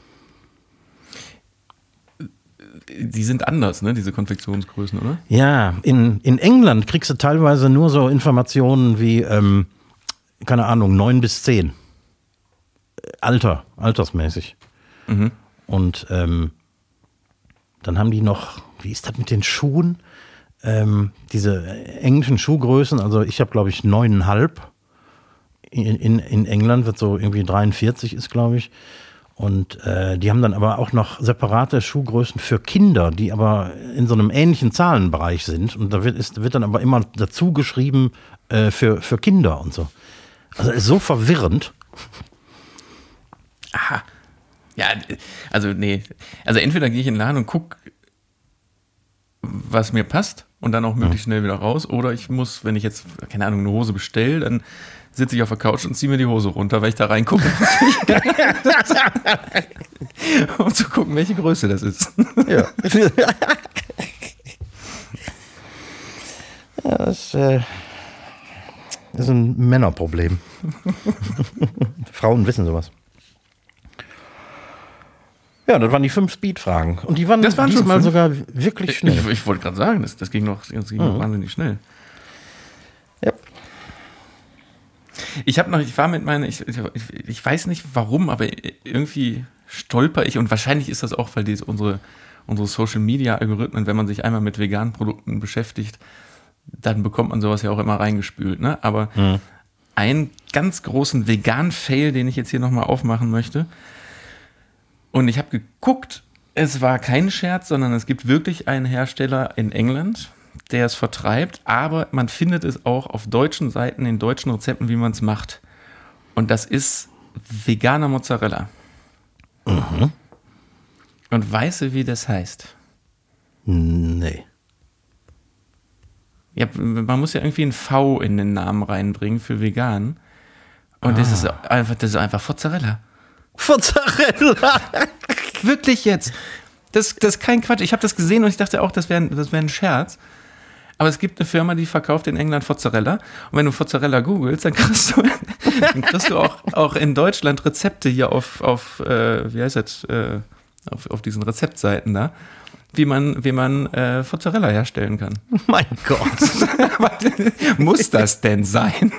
[SPEAKER 2] Die sind anders, ne, diese Konfektionsgrößen, oder?
[SPEAKER 1] Ja, in England kriegst du teilweise nur so Informationen wie, keine Ahnung, 9 bis 10. Altersmäßig. Mhm. Und dann haben die noch, wie ist das mit den Schuhen? Diese englischen Schuhgrößen, also ich habe, glaube ich, 9,5. In England wird so irgendwie 43 ist, glaube ich. Und die haben dann aber auch noch separate Schuhgrößen für Kinder, die aber in so einem ähnlichen Zahlenbereich sind. Und da wird dann aber immer dazu geschrieben für Kinder und so. Also ist so verwirrend.
[SPEAKER 2] Aha. Ja, also nee. Also entweder gehe ich in den Laden und gucke, was mir passt und dann auch möglichst schnell wieder raus. Oder ich muss, wenn ich jetzt, keine Ahnung, eine Hose bestelle, dann sitze ich auf der Couch und ziehe mir die Hose runter, weil ich da reingucke. Um zu gucken, welche Größe das ist.
[SPEAKER 1] Ja. Ja, das ist ein Männerproblem. Frauen wissen sowas. Ja, das waren die 5 Speed-Fragen. Und die waren diesmal sogar wirklich schnell.
[SPEAKER 2] Ich wollte gerade sagen, das ging noch wahnsinnig schnell.
[SPEAKER 1] Ja.
[SPEAKER 2] Ich weiß nicht warum, aber irgendwie stolper ich, und wahrscheinlich ist das auch, weil unsere Social-Media-Algorithmen, wenn man sich einmal mit veganen Produkten beschäftigt, dann bekommt man sowas ja auch immer reingespült. Ne? Aber einen ganz großen Vegan-Fail, den ich jetzt hier nochmal aufmachen möchte, und ich habe geguckt, es war kein Scherz, sondern es gibt wirklich einen Hersteller in England, der es vertreibt, aber man findet es auch auf deutschen Seiten, in deutschen Rezepten, wie man es macht. Und das ist veganer Mozzarella. Mhm. Und weißt du, wie das heißt?
[SPEAKER 1] Nee.
[SPEAKER 2] Ja, man muss ja irgendwie ein V in den Namen reinbringen für vegan. Und das ist einfach Mozzarella.
[SPEAKER 1] Mozzarella!
[SPEAKER 2] Wirklich jetzt. Das ist kein Quatsch. Ich habe das gesehen und ich dachte auch, das wäre ein Scherz. Aber es gibt eine Firma, die verkauft in England Mozzarella. Und wenn du Mozzarella googelst, dann kriegst du auch in Deutschland Rezepte hier auf wie heißt das, auf diesen Rezeptseiten da, wie man Mozzarella herstellen kann.
[SPEAKER 1] Mein Gott.
[SPEAKER 2] Muss das denn sein?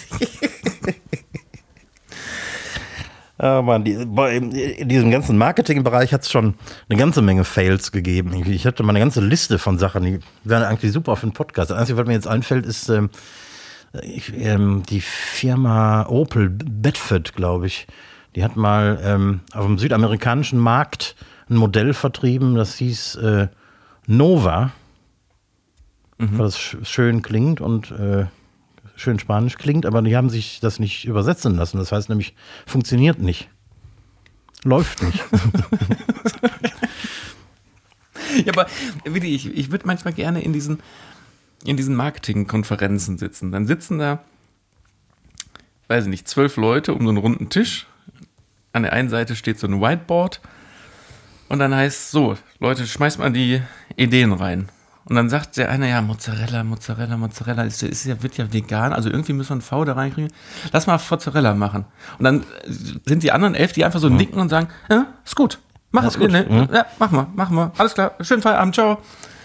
[SPEAKER 1] Aber in diesem ganzen Marketingbereich hat es schon eine ganze Menge Fails gegeben. Ich hatte mal eine ganze Liste von Sachen, die wären eigentlich super für einen Podcast. Das Einzige, was mir jetzt einfällt, ist die Firma Opel Bedford, glaube ich. Die hat mal auf dem südamerikanischen Markt ein Modell vertrieben, das hieß Nova, weil das schön klingt und schön Spanisch klingt, aber die haben sich das nicht übersetzen lassen. Das heißt nämlich, funktioniert nicht. Läuft nicht.
[SPEAKER 2] Ja, aber ich würde manchmal gerne in diesen Marketingkonferenzen sitzen. Dann sitzen da, weiß ich nicht, 12 Leute um so einen runden Tisch. An der einen Seite steht so ein Whiteboard und dann heißt es so, Leute, schmeißt mal die Ideen rein. Und dann sagt der eine, ja, Mozzarella, wird ja vegan, also irgendwie müssen wir einen V da reinkriegen. Lass mal Mozzarella machen. Und dann sind die anderen 11, die einfach so nicken und sagen, ja, ist gut, mach es. Ja, machen wir, alles klar, schönen Feierabend, ciao.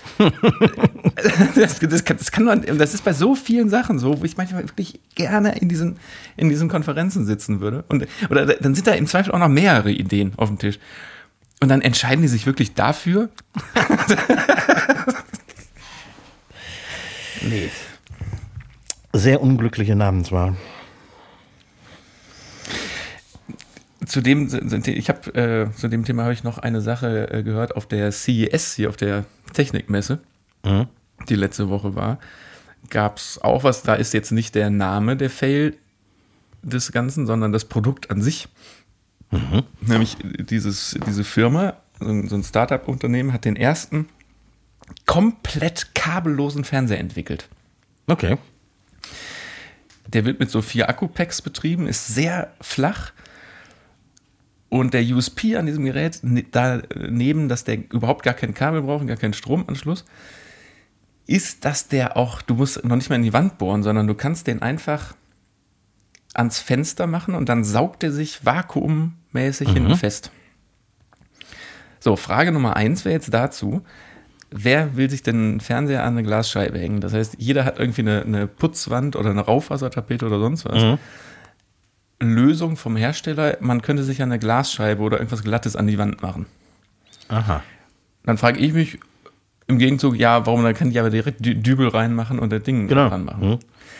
[SPEAKER 2] Das kann man, das ist bei so vielen Sachen so, wo ich manchmal wirklich gerne in diesen Konferenzen sitzen würde. Oder dann sind da im Zweifel auch noch mehrere Ideen auf dem Tisch. Und dann entscheiden die sich wirklich dafür.
[SPEAKER 1] Nee. Sehr unglückliche Namenswahl.
[SPEAKER 2] Zu dem Thema habe ich noch eine Sache gehört auf der CES, hier auf der Technikmesse, die letzte Woche war. Gab es auch was, da ist jetzt nicht der Name der Fail des Ganzen, sondern das Produkt an sich. Nämlich diese Firma, so ein Startup-Unternehmen, hat den ersten komplett kabellosen Fernseher entwickelt.
[SPEAKER 1] Okay.
[SPEAKER 2] Der wird mit so 4 Akku-Packs betrieben, ist sehr flach. Und der USP an diesem Gerät, daneben, dass der überhaupt gar kein Kabel braucht, gar keinen Stromanschluss, ist, dass der auch, du musst noch nicht mal in die Wand bohren, sondern du kannst den einfach ans Fenster machen und dann saugt er sich vakuummäßig hinten fest. So, Frage Nummer 1 wäre jetzt dazu, wer will sich denn einen Fernseher an eine Glasscheibe hängen? Das heißt, jeder hat irgendwie eine Putzwand oder eine Raufasertapete oder sonst was. Lösung vom Hersteller, man könnte sich eine Glasscheibe oder irgendwas Glattes an die Wand machen.
[SPEAKER 1] Aha.
[SPEAKER 2] Dann frage ich mich im Gegenzug, ja, warum, dann kann ich aber direkt Dübel reinmachen und das Ding dran machen.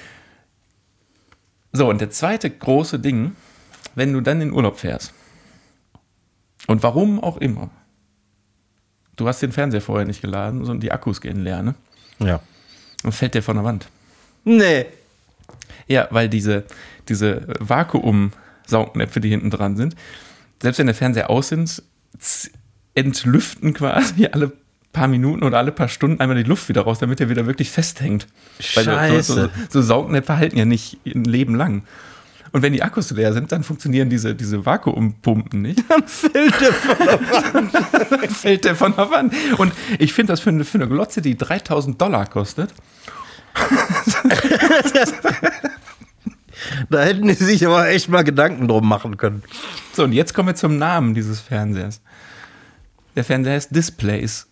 [SPEAKER 2] So, und der zweite große Ding, wenn du dann in Urlaub fährst und warum auch immer, du hast den Fernseher vorher nicht geladen und die Akkus gehen leer, ne?
[SPEAKER 1] Ja.
[SPEAKER 2] Dann fällt der von der Wand.
[SPEAKER 1] Nee.
[SPEAKER 2] Ja, weil diese Vakuum-Saugnäpfe, die hinten dran sind, selbst wenn der Fernseher aus sind, entlüften quasi alle paar Minuten oder alle paar Stunden einmal die Luft wieder raus, damit er wieder wirklich festhängt.
[SPEAKER 1] Scheiße.
[SPEAKER 2] Weil so Saugnäpfe halten ja nicht ein Leben lang. Und wenn die Akkus leer sind, dann funktionieren diese Vakuumpumpen nicht.
[SPEAKER 1] Dann fällt der von der Wand.
[SPEAKER 2] Und ich finde das für eine Glotze, die $3.000 kostet.
[SPEAKER 1] Da hätten die sich aber echt mal Gedanken drum machen können.
[SPEAKER 2] So, und jetzt kommen wir zum Namen dieses Fernsehers. Der Fernseher heißt Displays.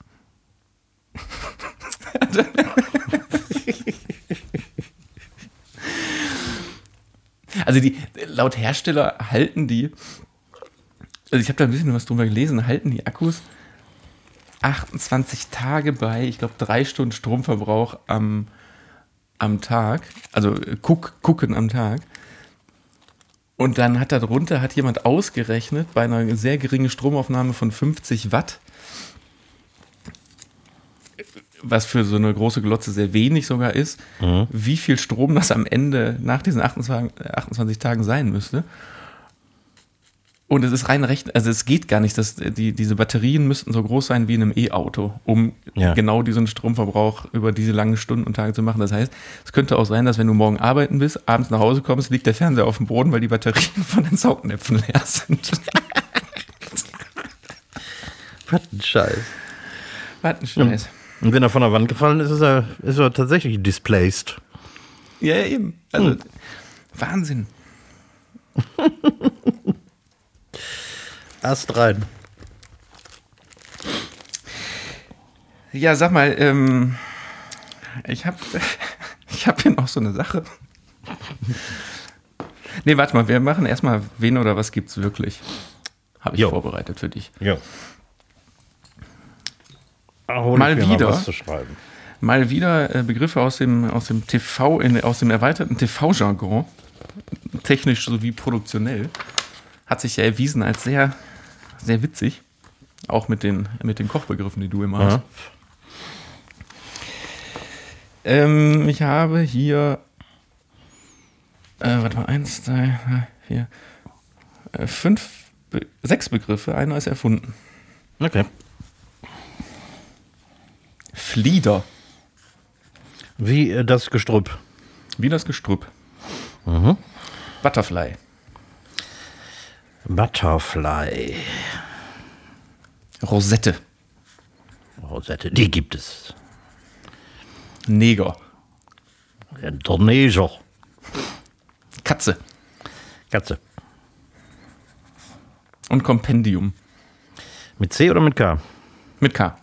[SPEAKER 2] Also laut Hersteller halten die, also ich habe da ein bisschen was drüber gelesen, halten die Akkus 28 Tage bei, ich glaube 3 Stunden Stromverbrauch am Tag, also gucken am Tag. Und dann hat jemand ausgerechnet, bei einer sehr geringen Stromaufnahme von 50 Watt, was für so eine große Glotze sehr wenig sogar ist, wie viel Strom das am Ende nach diesen 28 Tagen sein müsste. Und es ist rein recht, also es geht gar nicht, dass diese Batterien müssten so groß sein wie in einem E-Auto, um genau diesen Stromverbrauch über diese langen Stunden und Tage zu machen. Das heißt, es könnte auch sein, dass wenn du morgen arbeiten bist, abends nach Hause kommst, liegt der Fernseher auf dem Boden, weil die Batterien von den Saugnäpfen leer sind.
[SPEAKER 1] Was ein Scheiß.
[SPEAKER 2] Was ein Scheiß.
[SPEAKER 1] Und wenn er von der Wand gefallen ist, ist er tatsächlich displaced.
[SPEAKER 2] Ja, eben. Also, Wahnsinn.
[SPEAKER 1] Ast rein.
[SPEAKER 2] Ja, sag mal, ich hab hier noch so eine Sache. Nee, warte mal, wir machen erstmal, wen oder was gibt's wirklich? Habe ich vorbereitet für dich.
[SPEAKER 1] Ja.
[SPEAKER 2] Mal wieder.
[SPEAKER 1] Was zu schreiben.
[SPEAKER 2] Mal wieder Begriffe aus dem TV, aus dem erweiterten TV-Jargon, technisch sowie produktionell, hat sich ja erwiesen als sehr, sehr witzig. Auch mit den Kochbegriffen, die du immer hast. Ich habe hier 1, 2, 4, 5, 6 Begriffe, einer ist erfunden.
[SPEAKER 1] Okay.
[SPEAKER 2] Flieder.
[SPEAKER 1] Wie das Gestrüpp.
[SPEAKER 2] Wie das Gestrüpp. Butterfly.
[SPEAKER 1] Butterfly.
[SPEAKER 2] Rosette.
[SPEAKER 1] Rosette, die gibt es.
[SPEAKER 2] Neger.
[SPEAKER 1] Der Neger.
[SPEAKER 2] Katze.
[SPEAKER 1] Katze.
[SPEAKER 2] Und Kompendium.
[SPEAKER 1] Mit C oder mit K?
[SPEAKER 2] Mit K.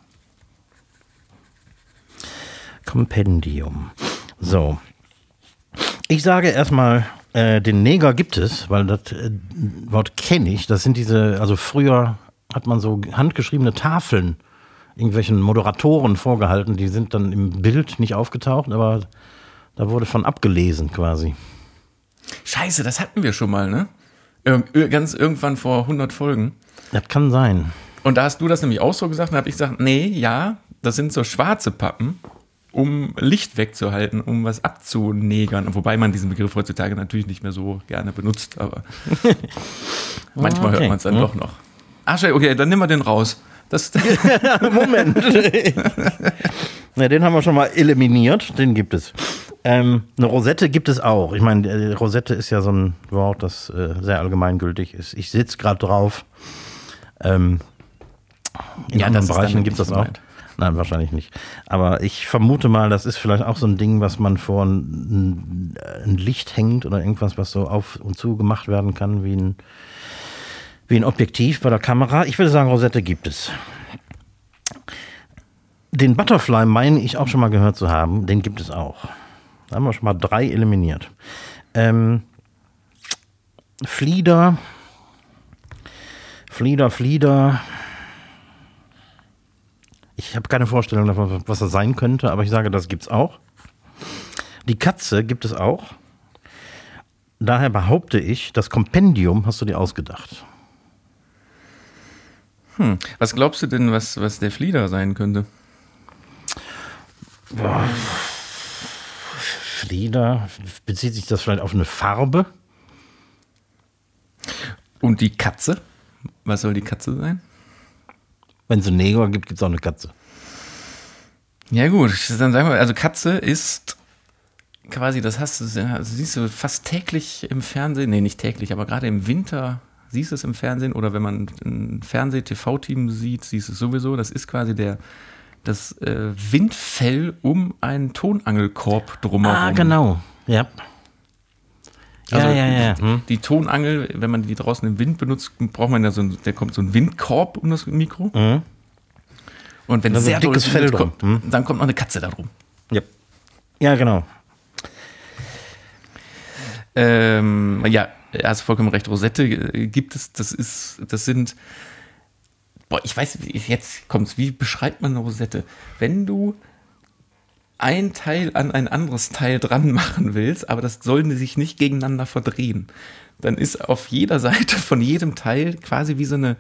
[SPEAKER 1] Kompendium. So. Ich sage erstmal, den Neger gibt es, weil das Wort kenne ich. Das sind diese, also früher hat man so handgeschriebene Tafeln irgendwelchen Moderatoren vorgehalten. Die sind dann im Bild nicht aufgetaucht, aber da wurde von abgelesen quasi.
[SPEAKER 2] Scheiße, das hatten wir schon mal, ne? Ganz irgendwann vor 100 Folgen.
[SPEAKER 1] Das kann sein.
[SPEAKER 2] Und da hast du das nämlich auch so gesagt, und habe ich gesagt, nee, ja, das sind so schwarze Pappen, um Licht wegzuhalten, um was abzunegern. Wobei man diesen Begriff heutzutage natürlich nicht mehr so gerne benutzt, aber manchmal hört man es dann doch noch. Ach, okay, dann nehmen wir den raus.
[SPEAKER 1] Moment. Na, den haben wir schon mal eliminiert, den gibt es. Eine Rosette gibt es auch. Ich meine, Rosette ist ja so ein Wort, das sehr allgemeingültig ist. Ich sitze gerade drauf. In anderen Bereichen gibt es das auch. Nein, wahrscheinlich nicht. Aber ich vermute mal, das ist vielleicht auch so ein Ding, was man vor ein Licht hängt oder irgendwas, was so auf und zu gemacht werden kann, wie ein Objektiv bei der Kamera. Ich würde sagen, Rosette gibt es. Den Butterfly meine ich auch schon mal gehört zu haben. Den gibt es auch. Da haben wir schon mal 3 eliminiert. Flieder. Ich habe keine Vorstellung davon, was das sein könnte, aber ich sage, das gibt's auch. Die Katze gibt es auch. Daher behaupte ich, das Kompendium hast du dir ausgedacht.
[SPEAKER 2] Was glaubst du denn, was der Flieder sein könnte?
[SPEAKER 1] Boah. Flieder, bezieht sich das vielleicht auf eine Farbe?
[SPEAKER 2] Und die Katze? Was soll die Katze sein?
[SPEAKER 1] Wenn es einen Neger gibt, gibt es auch eine Katze.
[SPEAKER 2] Ja gut, dann sagen wir, also Katze ist quasi, das siehst du fast täglich im Fernsehen, nee, nicht täglich, aber gerade im Winter siehst du es im Fernsehen oder wenn man ein Fernseh-TV-Team sieht, siehst du es sowieso, das ist quasi das Windfell um einen Tonangelkorb drumherum.
[SPEAKER 1] Ah, genau, ja.
[SPEAKER 2] Also die Tonangel, wenn man die draußen im Wind benutzt, braucht man ja da kommt so ein Windkorb um das Mikro. Mhm. Und wenn
[SPEAKER 1] dann
[SPEAKER 2] sehr
[SPEAKER 1] dickes Fell drum,
[SPEAKER 2] dann kommt noch eine Katze da drum.
[SPEAKER 1] Ja, ja genau.
[SPEAKER 2] Ja, hast vollkommen recht. Rosette gibt es, das sind, ich weiß, jetzt kommt's, wie beschreibt man eine Rosette? Wenn du ein Teil an ein anderes Teil dran machen willst, aber das sollen sich nicht gegeneinander verdrehen, dann ist auf jeder Seite von jedem Teil quasi wie so ein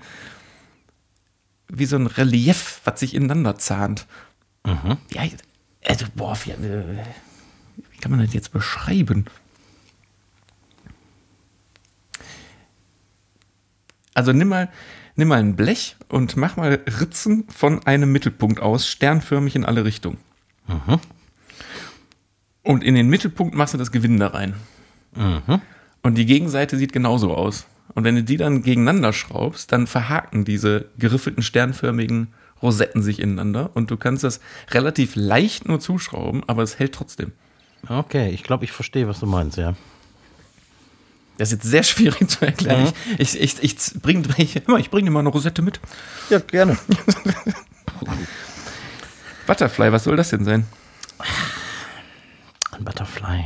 [SPEAKER 2] Relief, was sich ineinander zahnt. Mhm. Ja, also, wie kann man das jetzt beschreiben? Also nimm mal ein Blech und mach mal Ritzen von einem Mittelpunkt aus, sternförmig in alle Richtungen. Mhm. Und in den Mittelpunkt machst du das Gewinde rein. Mhm. Und die Gegenseite sieht genauso aus. Und wenn du die dann gegeneinander schraubst, dann verhaken diese geriffelten sternförmigen Rosetten sich ineinander und du kannst das relativ leicht nur zuschrauben, aber es hält trotzdem.
[SPEAKER 1] Okay, ich glaube, ich verstehe, was du meinst, ja.
[SPEAKER 2] Das ist jetzt sehr schwierig zu erklären.
[SPEAKER 1] Mhm.
[SPEAKER 2] Ich bring dir mal eine Rosette mit.
[SPEAKER 1] Ja, gerne.
[SPEAKER 2] Butterfly, was soll das denn sein?
[SPEAKER 1] Ein Butterfly.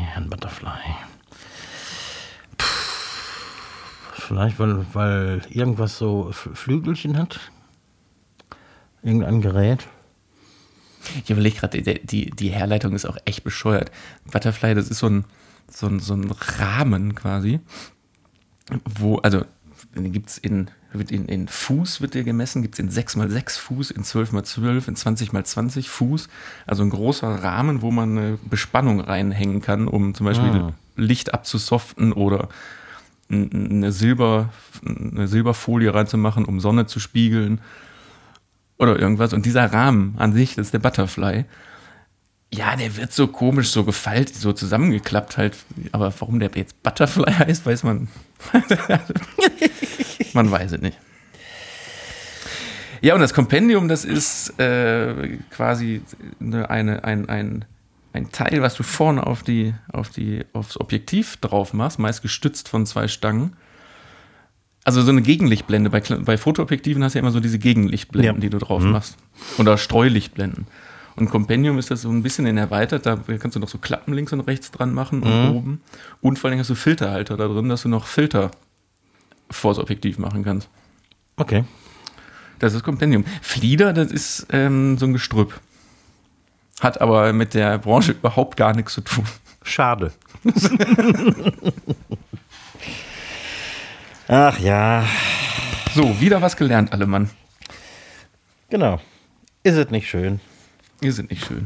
[SPEAKER 1] Vielleicht, weil irgendwas so Flügelchen hat? Irgendein Gerät?
[SPEAKER 2] Ich überlege gerade, die Herleitung ist auch echt bescheuert. Butterfly, das ist so ein Rahmen quasi, wo, also gibt's in Fuß wird der gemessen, gibt es in 6x6 Fuß, in 12x12, in 20x20 Fuß, also ein großer Rahmen, wo man eine Bespannung reinhängen kann, um zum Beispiel Licht abzusoften oder eine Silberfolie reinzumachen, um Sonne zu spiegeln oder irgendwas. Und dieser Rahmen an sich, das ist der Butterfly. Ja, der wird so komisch, so gefaltet, so zusammengeklappt halt. Aber warum der jetzt Butterfly heißt, weiß man. Man weiß es nicht. Ja, und das Kompendium, das ist quasi ein Teil, was du vorne aufs Objektiv drauf machst, meist gestützt von 2 Stangen. Also so eine Gegenlichtblende. Bei Fotoobjektiven hast du ja immer so diese Gegenlichtblenden, die du drauf machst. Oder Streulichtblenden. Und Compendium ist das so ein bisschen erweitert, da kannst du noch so Klappen links und rechts dran machen und oben. Und vor allem hast du Filterhalter da drin, dass du noch Filter vors Objektiv machen kannst.
[SPEAKER 1] Okay.
[SPEAKER 2] Das ist Compendium. Flieder, das ist so ein Gestrüpp. Hat aber mit der Branche überhaupt gar nichts zu tun.
[SPEAKER 1] Schade. Ach ja.
[SPEAKER 2] So, wieder was gelernt, alle Mann.
[SPEAKER 1] Genau. Ist es nicht schön?
[SPEAKER 2] Wir sind nicht schön.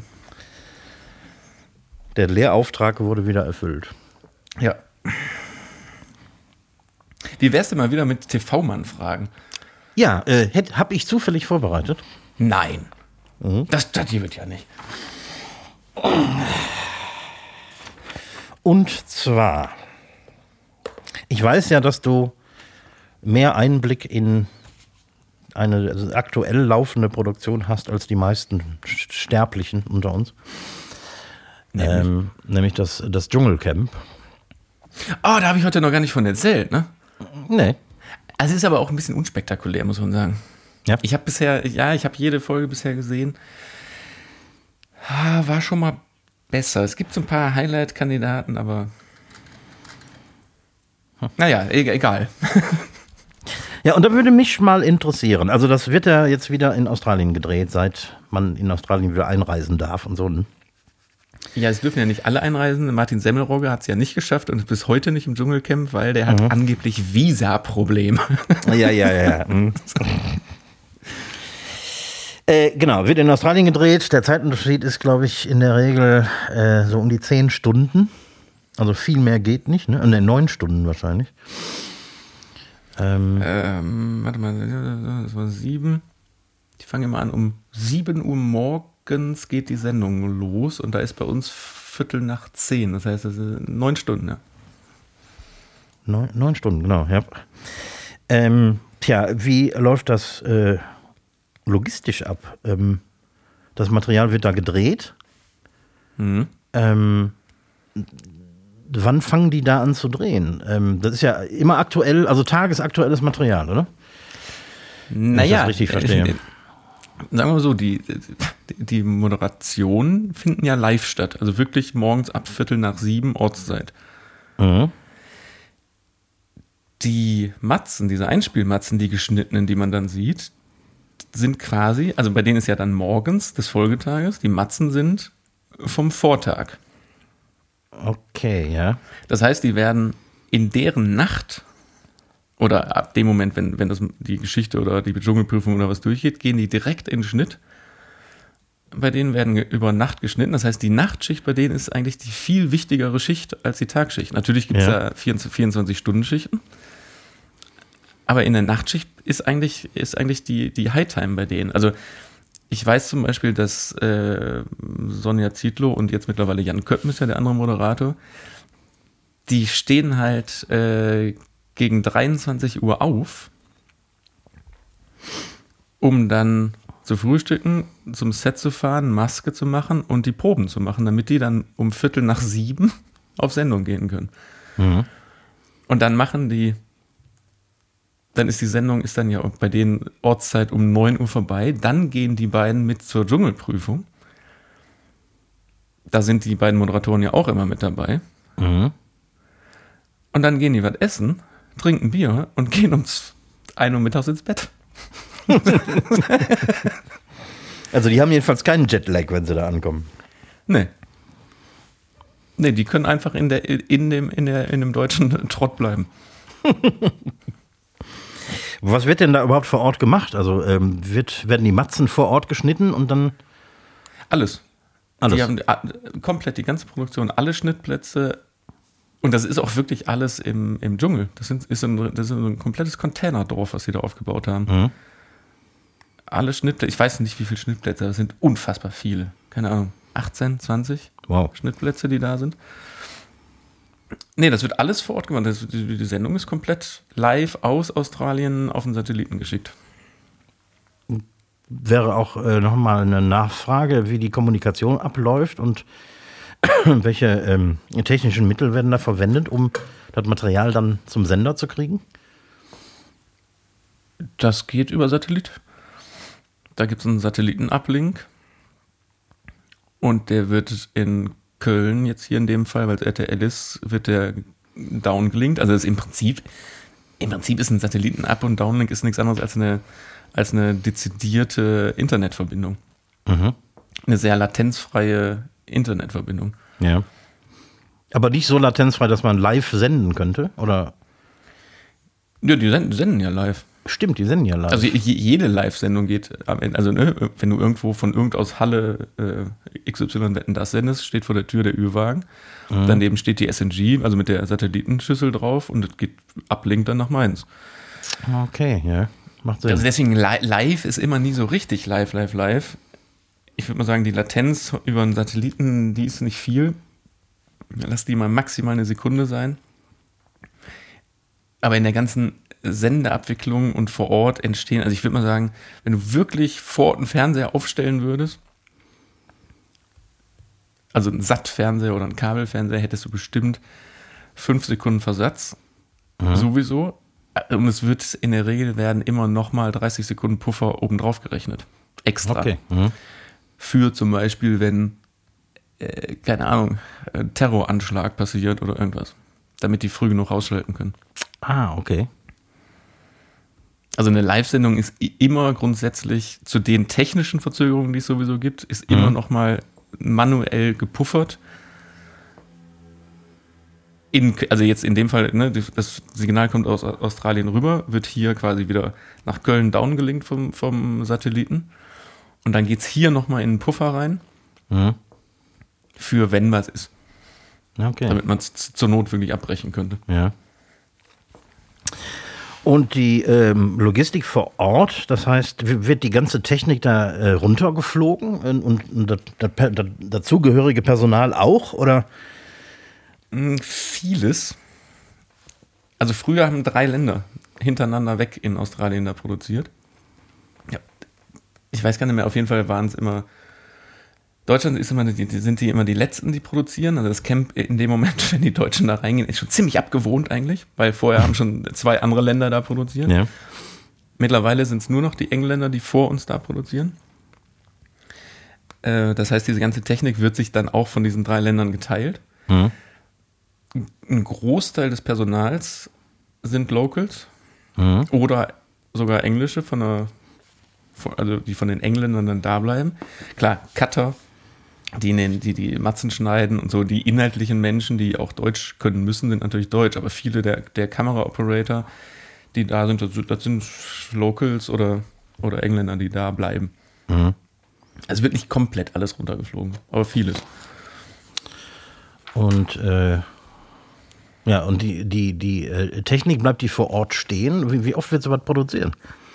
[SPEAKER 1] Der Lehrauftrag wurde wieder erfüllt.
[SPEAKER 2] Ja. Wie wär's denn mal wieder mit TV-Mann-Fragen?
[SPEAKER 1] Ja, habe ich zufällig vorbereitet.
[SPEAKER 2] Nein. Das hier wird ja nicht.
[SPEAKER 1] Und zwar, ich weiß ja, dass du mehr Einblick in eine aktuell laufende Produktion hast als die meisten Sterblichen unter uns. Nämlich das Dschungelcamp.
[SPEAKER 2] Oh, da habe ich heute noch gar nicht von erzählt, ne?
[SPEAKER 1] Nee.
[SPEAKER 2] Also es ist aber auch ein bisschen unspektakulär, muss man sagen.
[SPEAKER 1] Ja.
[SPEAKER 2] Ich habe jede Folge bisher gesehen. War schon mal besser. Es gibt so ein paar Highlight-Kandidaten, aber naja, egal.
[SPEAKER 1] Ja, und da würde mich mal interessieren, also das wird ja jetzt wieder in Australien gedreht, seit man in Australien wieder einreisen darf und so.
[SPEAKER 2] Ja, es dürfen ja nicht alle einreisen. Martin Semmelrogge hat es ja nicht geschafft und ist bis heute nicht im Dschungelcamp, weil der hat angeblich Visa-Probleme.
[SPEAKER 1] Ja. Genau, wird in Australien gedreht. Der Zeitunterschied ist, glaube ich, in der Regel so um die 10 Stunden. Also viel mehr geht nicht, ne? 9 Stunden wahrscheinlich.
[SPEAKER 2] Warte mal, das war 7. Ich fange immer an, um 7 Uhr morgens geht die Sendung los und da ist bei uns 9:15. Das heißt, das sind 9 Stunden, ja.
[SPEAKER 1] 9 Stunden, genau, ja. Tja, wie läuft das logistisch ab? Das Material wird da gedreht. Wann fangen die da an zu drehen? Das ist ja immer aktuell, also tagesaktuelles Material, oder?
[SPEAKER 2] Naja,
[SPEAKER 1] wenn ich das richtig verstehe.
[SPEAKER 2] Sagen wir mal so, die Moderationen finden ja live statt. Also wirklich morgens ab 6:45 Ortszeit. Die Matzen, diese Einspielmatzen, die geschnittenen, die man dann sieht, sind quasi, also bei denen ist ja dann morgens des Folgetages, die Matzen sind vom Vortag.
[SPEAKER 1] Okay, ja.
[SPEAKER 2] Das heißt, die werden in deren Nacht oder ab dem Moment, wenn das die Geschichte oder die Dschungelprüfung oder was durchgeht, gehen die direkt in den Schnitt. Bei denen werden über Nacht geschnitten. Das heißt, die Nachtschicht bei denen ist eigentlich die viel wichtigere Schicht als die Tagschicht. Natürlich gibt es ja 24-Stunden-Schichten. Aber in der Nachtschicht ist eigentlich die Hightime bei denen. Also ich weiß zum Beispiel, dass Sonja Zietlow und jetzt mittlerweile Jan Köppen ist ja der andere Moderator, die stehen halt gegen 23 Uhr auf, um dann zu frühstücken, zum Set zu fahren, Maske zu machen und die Proben zu machen, damit die dann um 6:15 auf Sendung gehen können.
[SPEAKER 1] Mhm.
[SPEAKER 2] Und dann ist die Sendung dann ja bei denen Ortszeit um 9 Uhr vorbei. Dann gehen die beiden mit zur Dschungelprüfung. Da sind die beiden Moderatoren ja auch immer mit dabei.
[SPEAKER 1] Mhm.
[SPEAKER 2] Und dann gehen die was essen, trinken Bier und gehen um 1 Uhr mittags ins Bett.
[SPEAKER 1] Also die haben jedenfalls keinen Jetlag, wenn sie da ankommen.
[SPEAKER 2] Nee. Nee, die können einfach in dem deutschen Trott bleiben.
[SPEAKER 1] Was wird denn da überhaupt vor Ort gemacht? Also werden die Matzen vor Ort geschnitten und dann...
[SPEAKER 2] Alles. Die haben komplett die ganze Produktion, alle Schnittplätze. Und das ist auch wirklich alles im Dschungel. Das ist ein komplettes Containerdorf, was sie da aufgebaut haben.
[SPEAKER 1] Mhm.
[SPEAKER 2] Alle Schnittplätze, ich weiß nicht, wie viele Schnittplätze, das sind unfassbar viele. Keine Ahnung, 18, 20 Schnittplätze, die da sind. Nee, das wird alles vor Ort gemacht. Die Sendung ist komplett live aus Australien auf den Satelliten geschickt.
[SPEAKER 1] Wäre auch nochmal eine Nachfrage, wie die Kommunikation abläuft und welche technischen Mittel werden da verwendet, um das Material dann zum Sender zu kriegen?
[SPEAKER 2] Das geht über Satellit. Da gibt es einen Satellitenuplink und der wird in Köln, jetzt hier in dem Fall, weil es RTL ist, wird der downgelinkt. Also das ist im Prinzip ist ein Satelliten-Up- und Downlink ist nichts anderes als eine dezidierte Internetverbindung.
[SPEAKER 1] Mhm.
[SPEAKER 2] Eine sehr latenzfreie Internetverbindung.
[SPEAKER 1] Ja. Aber nicht so latenzfrei, dass man live senden könnte, oder?
[SPEAKER 2] Ja, die senden ja live.
[SPEAKER 1] Stimmt, die senden ja live.
[SPEAKER 2] Also jede Live-Sendung geht am Ende, also wenn du irgendwo von aus Halle XY Wetten das sendest, steht vor der Tür der Ü-Wagen. Daneben steht die SNG, also mit der Satellitenschüssel drauf und es geht Uplink dann nach Mainz.
[SPEAKER 1] Okay, ja, macht Sinn.
[SPEAKER 2] Also deswegen live ist immer nie so richtig live. Ich würde mal sagen, die Latenz über einen Satelliten, die ist nicht viel. Lass die mal maximal eine Sekunde sein. Aber in der ganzen Sendeabwicklung und vor Ort entstehen, also ich würde mal sagen, wenn du wirklich vor Ort einen Fernseher aufstellen würdest, also einen Satt-Fernseher oder einen Kabelfernseher, hättest du bestimmt 5 Sekunden Versatz, sowieso. Und es wird in der Regel werden immer nochmal 30 Sekunden Puffer obendrauf gerechnet. Extra.
[SPEAKER 1] Okay.
[SPEAKER 2] Für zum Beispiel, wenn, keine Ahnung, ein Terroranschlag passiert oder irgendwas. Damit die früh genug ausschalten können.
[SPEAKER 1] Ah, okay.
[SPEAKER 2] Also eine Live-Sendung ist immer grundsätzlich zu den technischen Verzögerungen, die es sowieso gibt, ist immer nochmal manuell gepuffert. Also jetzt in dem Fall, ne, das Signal kommt aus Australien rüber, wird hier quasi wieder nach Köln downgelinkt vom Satelliten. Und dann geht es hier nochmal in einen Puffer rein, für wenn was ist.
[SPEAKER 1] Okay.
[SPEAKER 2] Damit man es zur Not wirklich abbrechen könnte.
[SPEAKER 1] Ja. Und die Logistik vor Ort, das heißt, wird die ganze Technik da runtergeflogen und das dazugehörige Personal auch, oder?
[SPEAKER 2] Vieles. Also früher haben 3 Länder hintereinander weg in Australien da produziert. Ja. Ich weiß gar nicht mehr, auf jeden Fall waren es immer, Deutschland ist sind die immer die Letzten, die produzieren. Also das Camp in dem Moment, wenn die Deutschen da reingehen, ist schon ziemlich abgewohnt eigentlich, weil vorher haben schon 2 andere Länder da produziert.
[SPEAKER 1] Ja.
[SPEAKER 2] Mittlerweile sind es nur noch die Engländer, die vor uns da produzieren. Das heißt, diese ganze Technik wird sich dann auch von diesen 3 Ländern geteilt. Ein Großteil des Personals sind Locals oder sogar Englische, also die von den Engländern dann da bleiben. Klar, Cutter, die Matzen schneiden und so, die inhaltlichen Menschen, die auch Deutsch können müssen, sind natürlich Deutsch, aber viele der Kamera-Operator, die da sind, das sind Locals oder Engländer, die da bleiben. Also wirklich komplett alles runtergeflogen, aber vieles.
[SPEAKER 1] Und und die Technik, bleibt die vor Ort stehen? Wie oft wird sowas produzieren?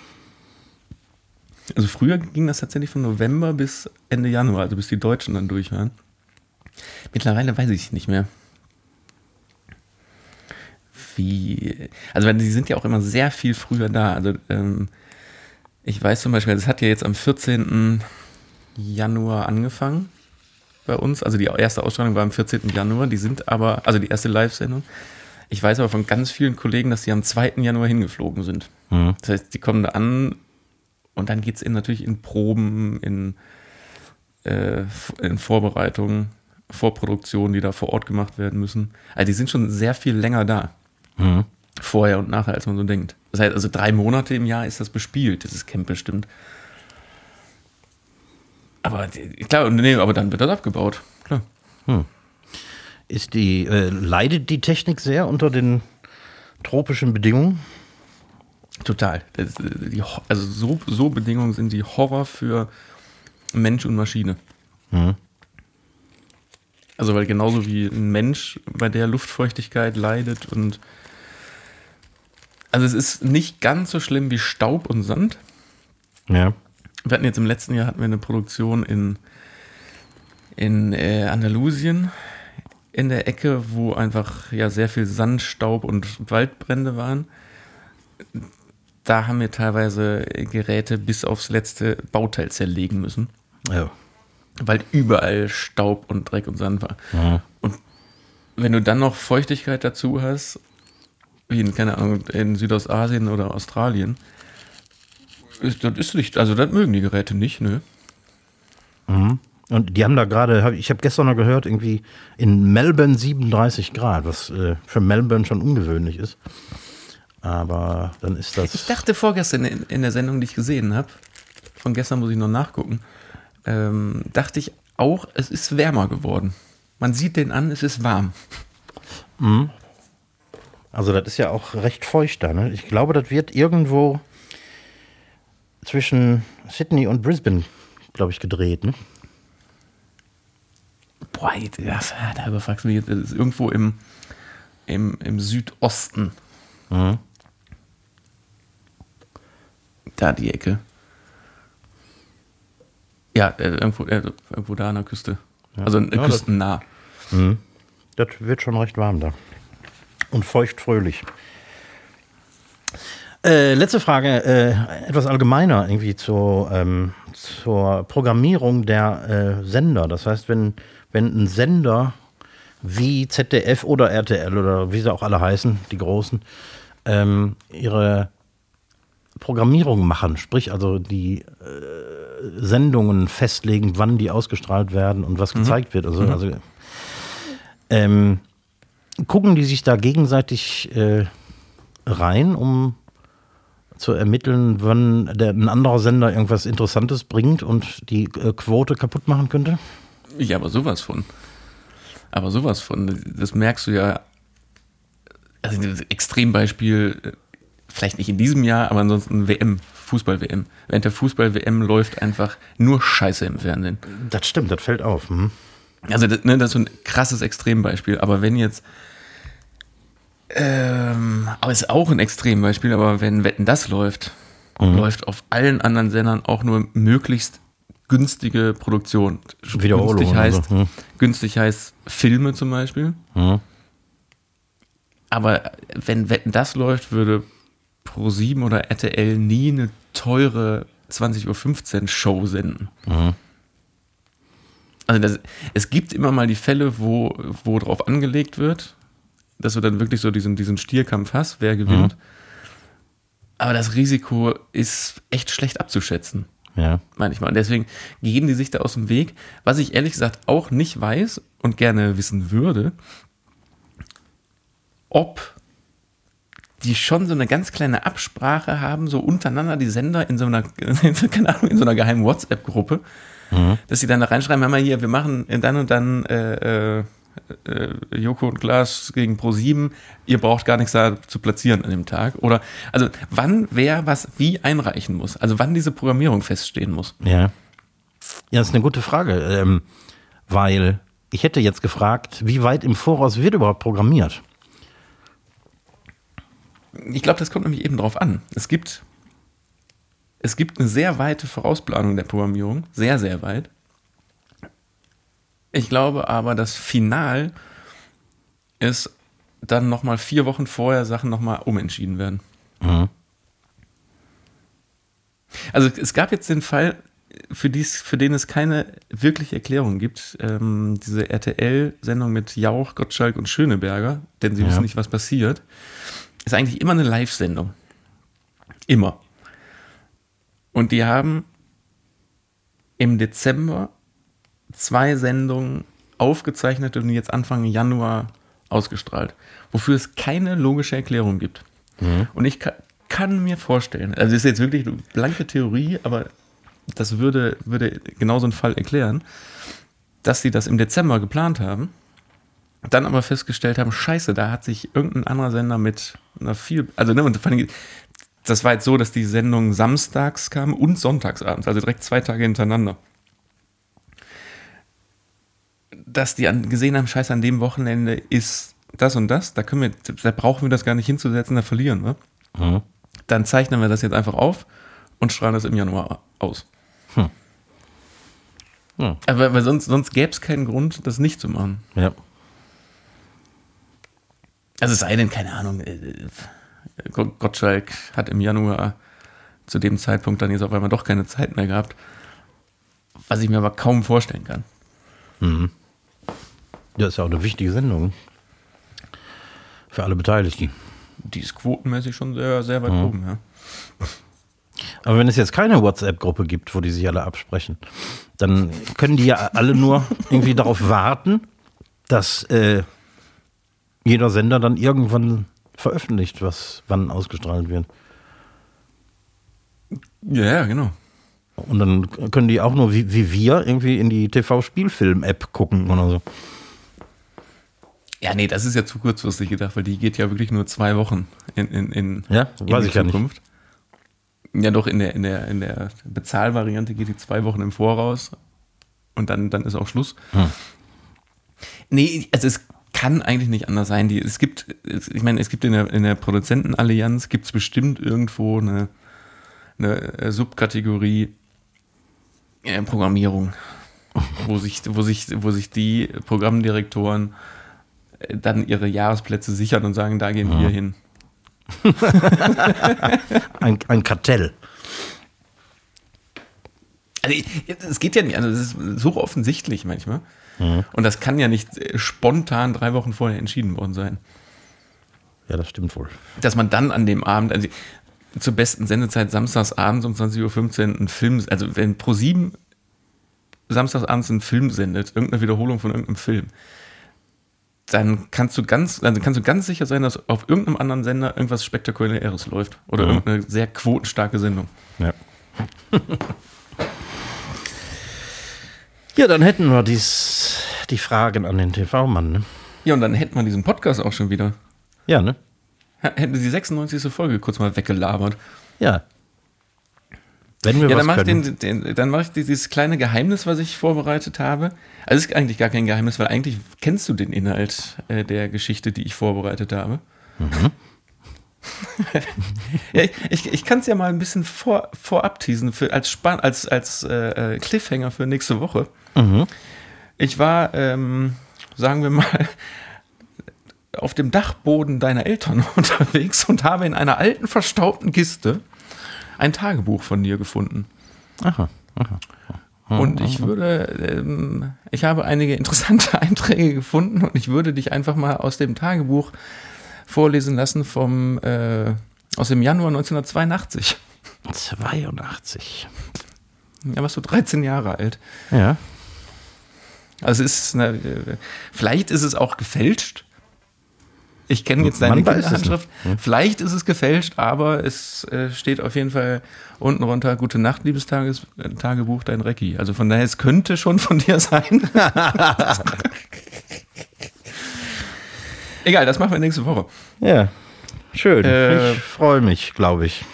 [SPEAKER 2] Also früher ging das tatsächlich von November bis Ende Januar, also bis die Deutschen dann durch waren. Mittlerweile weiß ich nicht mehr. also die sind ja auch immer sehr viel früher da. Also ich weiß zum Beispiel, das hat ja jetzt am 14. Januar angefangen bei uns. Also die erste Ausstrahlung war am 14. Januar. Die sind aber, also die erste Live-Sendung. Ich weiß aber von ganz vielen Kollegen, dass die am 2. Januar hingeflogen sind. Mhm. Das heißt, die kommen da an und dann geht es natürlich in Proben, in Vorbereitungen, Vorproduktionen, die da vor Ort gemacht werden müssen. Also die sind schon sehr viel länger da. Mhm. Vorher und nachher, als man so denkt. Das heißt, also 3 Monate im Jahr ist das bespielt, dieses Camp bestimmt. Aber klar, nee, aber dann wird das abgebaut, klar.
[SPEAKER 1] Leidet die Technik sehr unter den tropischen Bedingungen?
[SPEAKER 2] Total. Also so Bedingungen sind die Horror für Mensch und Maschine. Mhm. Also weil genauso wie ein Mensch bei der Luftfeuchtigkeit leidet und also es ist nicht ganz so schlimm wie Staub und Sand.
[SPEAKER 1] Ja.
[SPEAKER 2] Wir hatten jetzt im letzten Jahr eine Produktion in Andalusien in der Ecke, wo einfach ja sehr viel Sand, Staub und Waldbrände waren. Da haben wir teilweise Geräte bis aufs letzte Bauteil zerlegen müssen.
[SPEAKER 1] Ja.
[SPEAKER 2] Weil überall Staub und Dreck und Sand war. Ja. Und wenn du dann noch Feuchtigkeit dazu hast, wie in Südostasien oder Australien, das mögen die Geräte nicht, nö.
[SPEAKER 1] Mhm. Und die haben da gerade, ich habe gestern noch gehört, irgendwie in Melbourne 37 Grad, was für Melbourne schon ungewöhnlich ist. Aber dann ist das...
[SPEAKER 2] Ich dachte vorgestern in der Sendung, die ich gesehen habe, von gestern muss ich noch nachgucken, dachte ich auch, es ist wärmer geworden. Man sieht den an, es ist warm.
[SPEAKER 1] Mhm. Also das ist ja auch recht feucht da, ne? Ich glaube, das wird irgendwo zwischen Sydney und Brisbane, glaube ich, gedreht, ne?
[SPEAKER 2] Boah, da überfragst du mich jetzt. Das ist irgendwo im Südosten. Mhm. Da die Ecke. Ja, irgendwo da an der Küste. Ja. Also küstennah.
[SPEAKER 1] Das wird schon recht warm da. Und feucht-fröhlich. Letzte Frage, etwas allgemeiner irgendwie zur Programmierung der Sender. Das heißt, wenn ein Sender wie ZDF oder RTL oder wie sie auch alle heißen, die Großen, ihre Programmierung machen, sprich also die Sendungen festlegen, wann die ausgestrahlt werden und was gezeigt wird. Also gucken die sich da gegenseitig rein, um zu ermitteln, wann ein anderer Sender irgendwas Interessantes bringt und die Quote kaputt machen könnte?
[SPEAKER 2] Ja, aber sowas von. Das merkst du ja. Also das Extrembeispiel, vielleicht nicht in diesem Jahr, aber ansonsten Fußball-WM. Während der Fußball-WM läuft einfach nur Scheiße im Fernsehen.
[SPEAKER 1] Das stimmt, das fällt auf. Mhm.
[SPEAKER 2] Also das ist so ein krasses Extrembeispiel. Aber wenn jetzt aber es ist auch ein Extrembeispiel, aber wenn Wetten, das läuft auf allen anderen Sendern auch nur möglichst günstige Produktion.
[SPEAKER 1] Wiederholung.
[SPEAKER 2] Günstig heißt Filme zum Beispiel. Mhm. Aber wenn Wetten, das läuft, würde ProSieben oder RTL nie eine teure 20.15 Uhr Show senden. Mhm. Also es gibt immer mal die Fälle, wo drauf angelegt wird, dass du dann wirklich so diesen Stierkampf hast, wer gewinnt. Mhm. Aber das Risiko ist echt schlecht abzuschätzen.
[SPEAKER 1] Ja.
[SPEAKER 2] Manchmal. Und deswegen gehen die sich da aus dem Weg. Was ich ehrlich gesagt auch nicht weiß und gerne wissen würde, ob die schon so eine ganz kleine Absprache haben, so untereinander die Sender in so einer geheimen WhatsApp-Gruppe, dass sie dann da reinschreiben, wir machen dann und dann Joko und Klaas gegen ProSieben, ihr braucht gar nichts da zu platzieren an dem Tag. Oder, also wann wer was wie einreichen muss, also wann diese Programmierung feststehen muss.
[SPEAKER 1] Ja, das ist eine gute Frage, weil ich hätte jetzt gefragt, wie weit im Voraus wird überhaupt programmiert?
[SPEAKER 2] Ich glaube, das kommt nämlich eben drauf an. Es gibt eine sehr weite Vorausplanung der Programmierung, sehr, sehr weit. Ich glaube aber, das Final ist dann nochmal 4 Wochen vorher Sachen nochmal umentschieden werden.
[SPEAKER 1] Mhm.
[SPEAKER 2] Also es gab jetzt den Fall, für den es keine wirkliche Erklärung gibt, diese RTL-Sendung mit Jauch, Gottschalk und Schöneberger, denn sie wissen nicht, was passiert, ist eigentlich immer eine Live-Sendung. Immer. Und die haben im Dezember 2 Sendungen aufgezeichnet und jetzt Anfang Januar ausgestrahlt, wofür es keine logische Erklärung gibt. Mhm. Und ich kann mir vorstellen, also das ist jetzt wirklich eine blanke Theorie, aber das würde genau so einen Fall erklären, dass sie das im Dezember geplant haben, dann aber festgestellt haben, scheiße, da hat sich irgendein anderer Sender mit einer und vor allem, das war jetzt so, dass die Sendung samstags kam und sonntagsabends, also direkt 2 Tage hintereinander. Dass die gesehen haben, scheiße, an dem Wochenende ist das und das, da brauchen wir das gar nicht hinzusetzen, da verlieren wir. Mhm. Dann zeichnen wir das jetzt einfach auf und strahlen das im Januar aus. Ja. Aber sonst gäbe es keinen Grund, das nicht zu machen.
[SPEAKER 1] Ja.
[SPEAKER 2] Also es sei denn, keine Ahnung, Gottschalk hat im Januar zu dem Zeitpunkt dann jetzt auf einmal doch keine Zeit mehr gehabt, was ich mir aber kaum vorstellen kann.
[SPEAKER 1] Mhm. Ja, ist ja auch eine wichtige Sendung. Für alle Beteiligten.
[SPEAKER 2] Die ist quotenmäßig schon sehr, sehr weit oben, ja.
[SPEAKER 1] Aber wenn es jetzt keine WhatsApp-Gruppe gibt, wo die sich alle absprechen, dann können die ja alle nur irgendwie darauf warten, dass jeder Sender dann irgendwann veröffentlicht, was wann ausgestrahlt wird.
[SPEAKER 2] Ja, genau.
[SPEAKER 1] Und dann können die auch nur wie wir irgendwie in die TV-Spielfilm-App gucken oder so.
[SPEAKER 2] Ja, nee, das ist ja zu kurzfristig gedacht, weil die geht ja wirklich nur 2 Wochen in
[SPEAKER 1] ja, weiß ich ja nicht.
[SPEAKER 2] Ja, doch, in der Bezahlvariante geht die 2 Wochen im Voraus und dann ist auch Schluss. Nee, also es kann eigentlich nicht anders sein. Es gibt in der Produzentenallianz gibt's bestimmt irgendwo eine Subkategorie Programmierung, wo sich die Programmdirektoren dann ihre Jahresplätze sichern und sagen, da gehen wir hin.
[SPEAKER 1] ein Kartell.
[SPEAKER 2] Also es geht ja nicht, also es ist so offensichtlich manchmal. Und das kann ja nicht spontan 3 Wochen vorher entschieden worden sein.
[SPEAKER 1] Ja, das stimmt wohl.
[SPEAKER 2] Dass man dann an dem Abend, also zur besten Sendezeit samstagsabends um 20.15 Uhr einen Film, also wenn Pro7 samstagsabends einen Film sendet, irgendeine Wiederholung von irgendeinem Film, dann kannst du ganz sicher sein, dass auf irgendeinem anderen Sender irgendwas Spektakuläres läuft. Oder irgendeine sehr quotenstarke Sendung.
[SPEAKER 1] Ja. Ja, dann hätten wir die Fragen an den TV-Mann, ne?
[SPEAKER 2] Ja, und dann hätten wir diesen Podcast auch schon wieder.
[SPEAKER 1] Ja, ne?
[SPEAKER 2] Hätten wir die 96. Folge kurz mal weggelabert.
[SPEAKER 1] Ja. Wenn wir
[SPEAKER 2] dann mache ich dieses kleine Geheimnis, was ich vorbereitet habe. Also es ist eigentlich gar kein Geheimnis, weil eigentlich kennst du den Inhalt der Geschichte, die ich vorbereitet habe. Mhm. Ja, ich kann es ja mal ein bisschen vorab teasen als Cliffhanger für nächste Woche. Mhm. Ich war, sagen wir mal, auf dem Dachboden deiner Eltern unterwegs und habe in einer alten, verstaubten Kiste ein Tagebuch von dir gefunden.
[SPEAKER 1] Aha.
[SPEAKER 2] Und ich habe einige interessante Einträge gefunden und ich würde dich einfach mal aus dem Tagebuch vorlesen lassen aus dem Januar 1982.
[SPEAKER 1] 82.
[SPEAKER 2] Ja, warst du 13 Jahre alt.
[SPEAKER 1] Ja.
[SPEAKER 2] Also vielleicht ist es auch gefälscht. Ich kenne jetzt deine Kinderhandschrift. Vielleicht ist es gefälscht, aber es steht auf jeden Fall unten runter: Gute Nacht, liebes Tagebuch, dein Recki. Also von daher, es könnte schon von dir sein. Egal, das machen wir nächste Woche.
[SPEAKER 1] Ja, schön. Ich freue mich, glaube ich.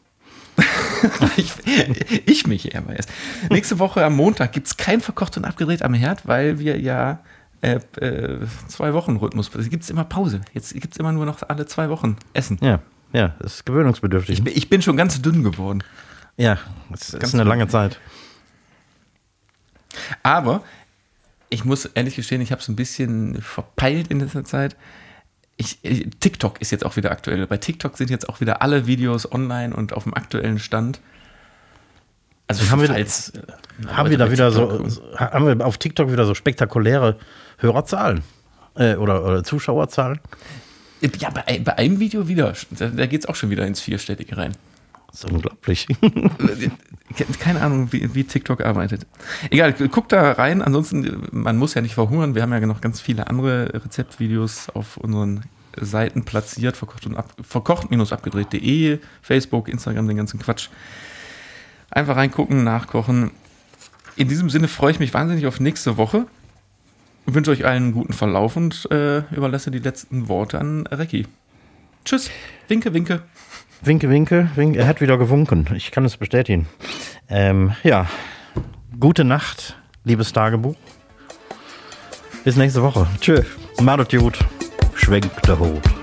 [SPEAKER 2] Ich mich eher mal erst. Nächste Woche am Montag gibt es kein Verkocht und Abgedreht am Herd, weil wir ja 2 Wochen Rhythmus. Es gibt immer Pause. Jetzt gibt es immer nur noch alle 2 Wochen Essen.
[SPEAKER 1] Ja, das ist gewöhnungsbedürftig.
[SPEAKER 2] Ich bin schon ganz dünn geworden.
[SPEAKER 1] Ja, das ist eine lange Zeit.
[SPEAKER 2] Aber ich muss ehrlich gestehen, ich habe es ein bisschen verpeilt in dieser Zeit. TikTok ist jetzt auch wieder aktuell. Bei TikTok sind jetzt auch wieder alle Videos online und auf dem aktuellen Stand. Also
[SPEAKER 1] haben wir auf TikTok wieder so spektakuläre Hörerzahlen oder Zuschauerzahlen?
[SPEAKER 2] Ja, bei einem Video wieder. Da geht es auch schon wieder ins Vierstellige rein.
[SPEAKER 1] Das ist unglaublich.
[SPEAKER 2] Keine Ahnung, wie TikTok arbeitet. Egal, guckt da rein. Ansonsten, man muss ja nicht verhungern. Wir haben ja noch ganz viele andere Rezeptvideos auf unseren Seiten platziert. Verkocht-abgedreht.de, Facebook, Instagram, den ganzen Quatsch. Einfach reingucken, nachkochen. In diesem Sinne freue ich mich wahnsinnig auf nächste Woche. Ich wünsche euch allen einen guten Verlauf und überlasse die letzten Worte an Recki. Tschüss. Winke, winke.
[SPEAKER 1] Winke, winke, winke. Er hat wieder gewunken. Ich kann es bestätigen. Ja, gute Nacht, liebes Tagebuch. Bis nächste Woche. Tschö. Macht's gut. Schwenkt der Hut.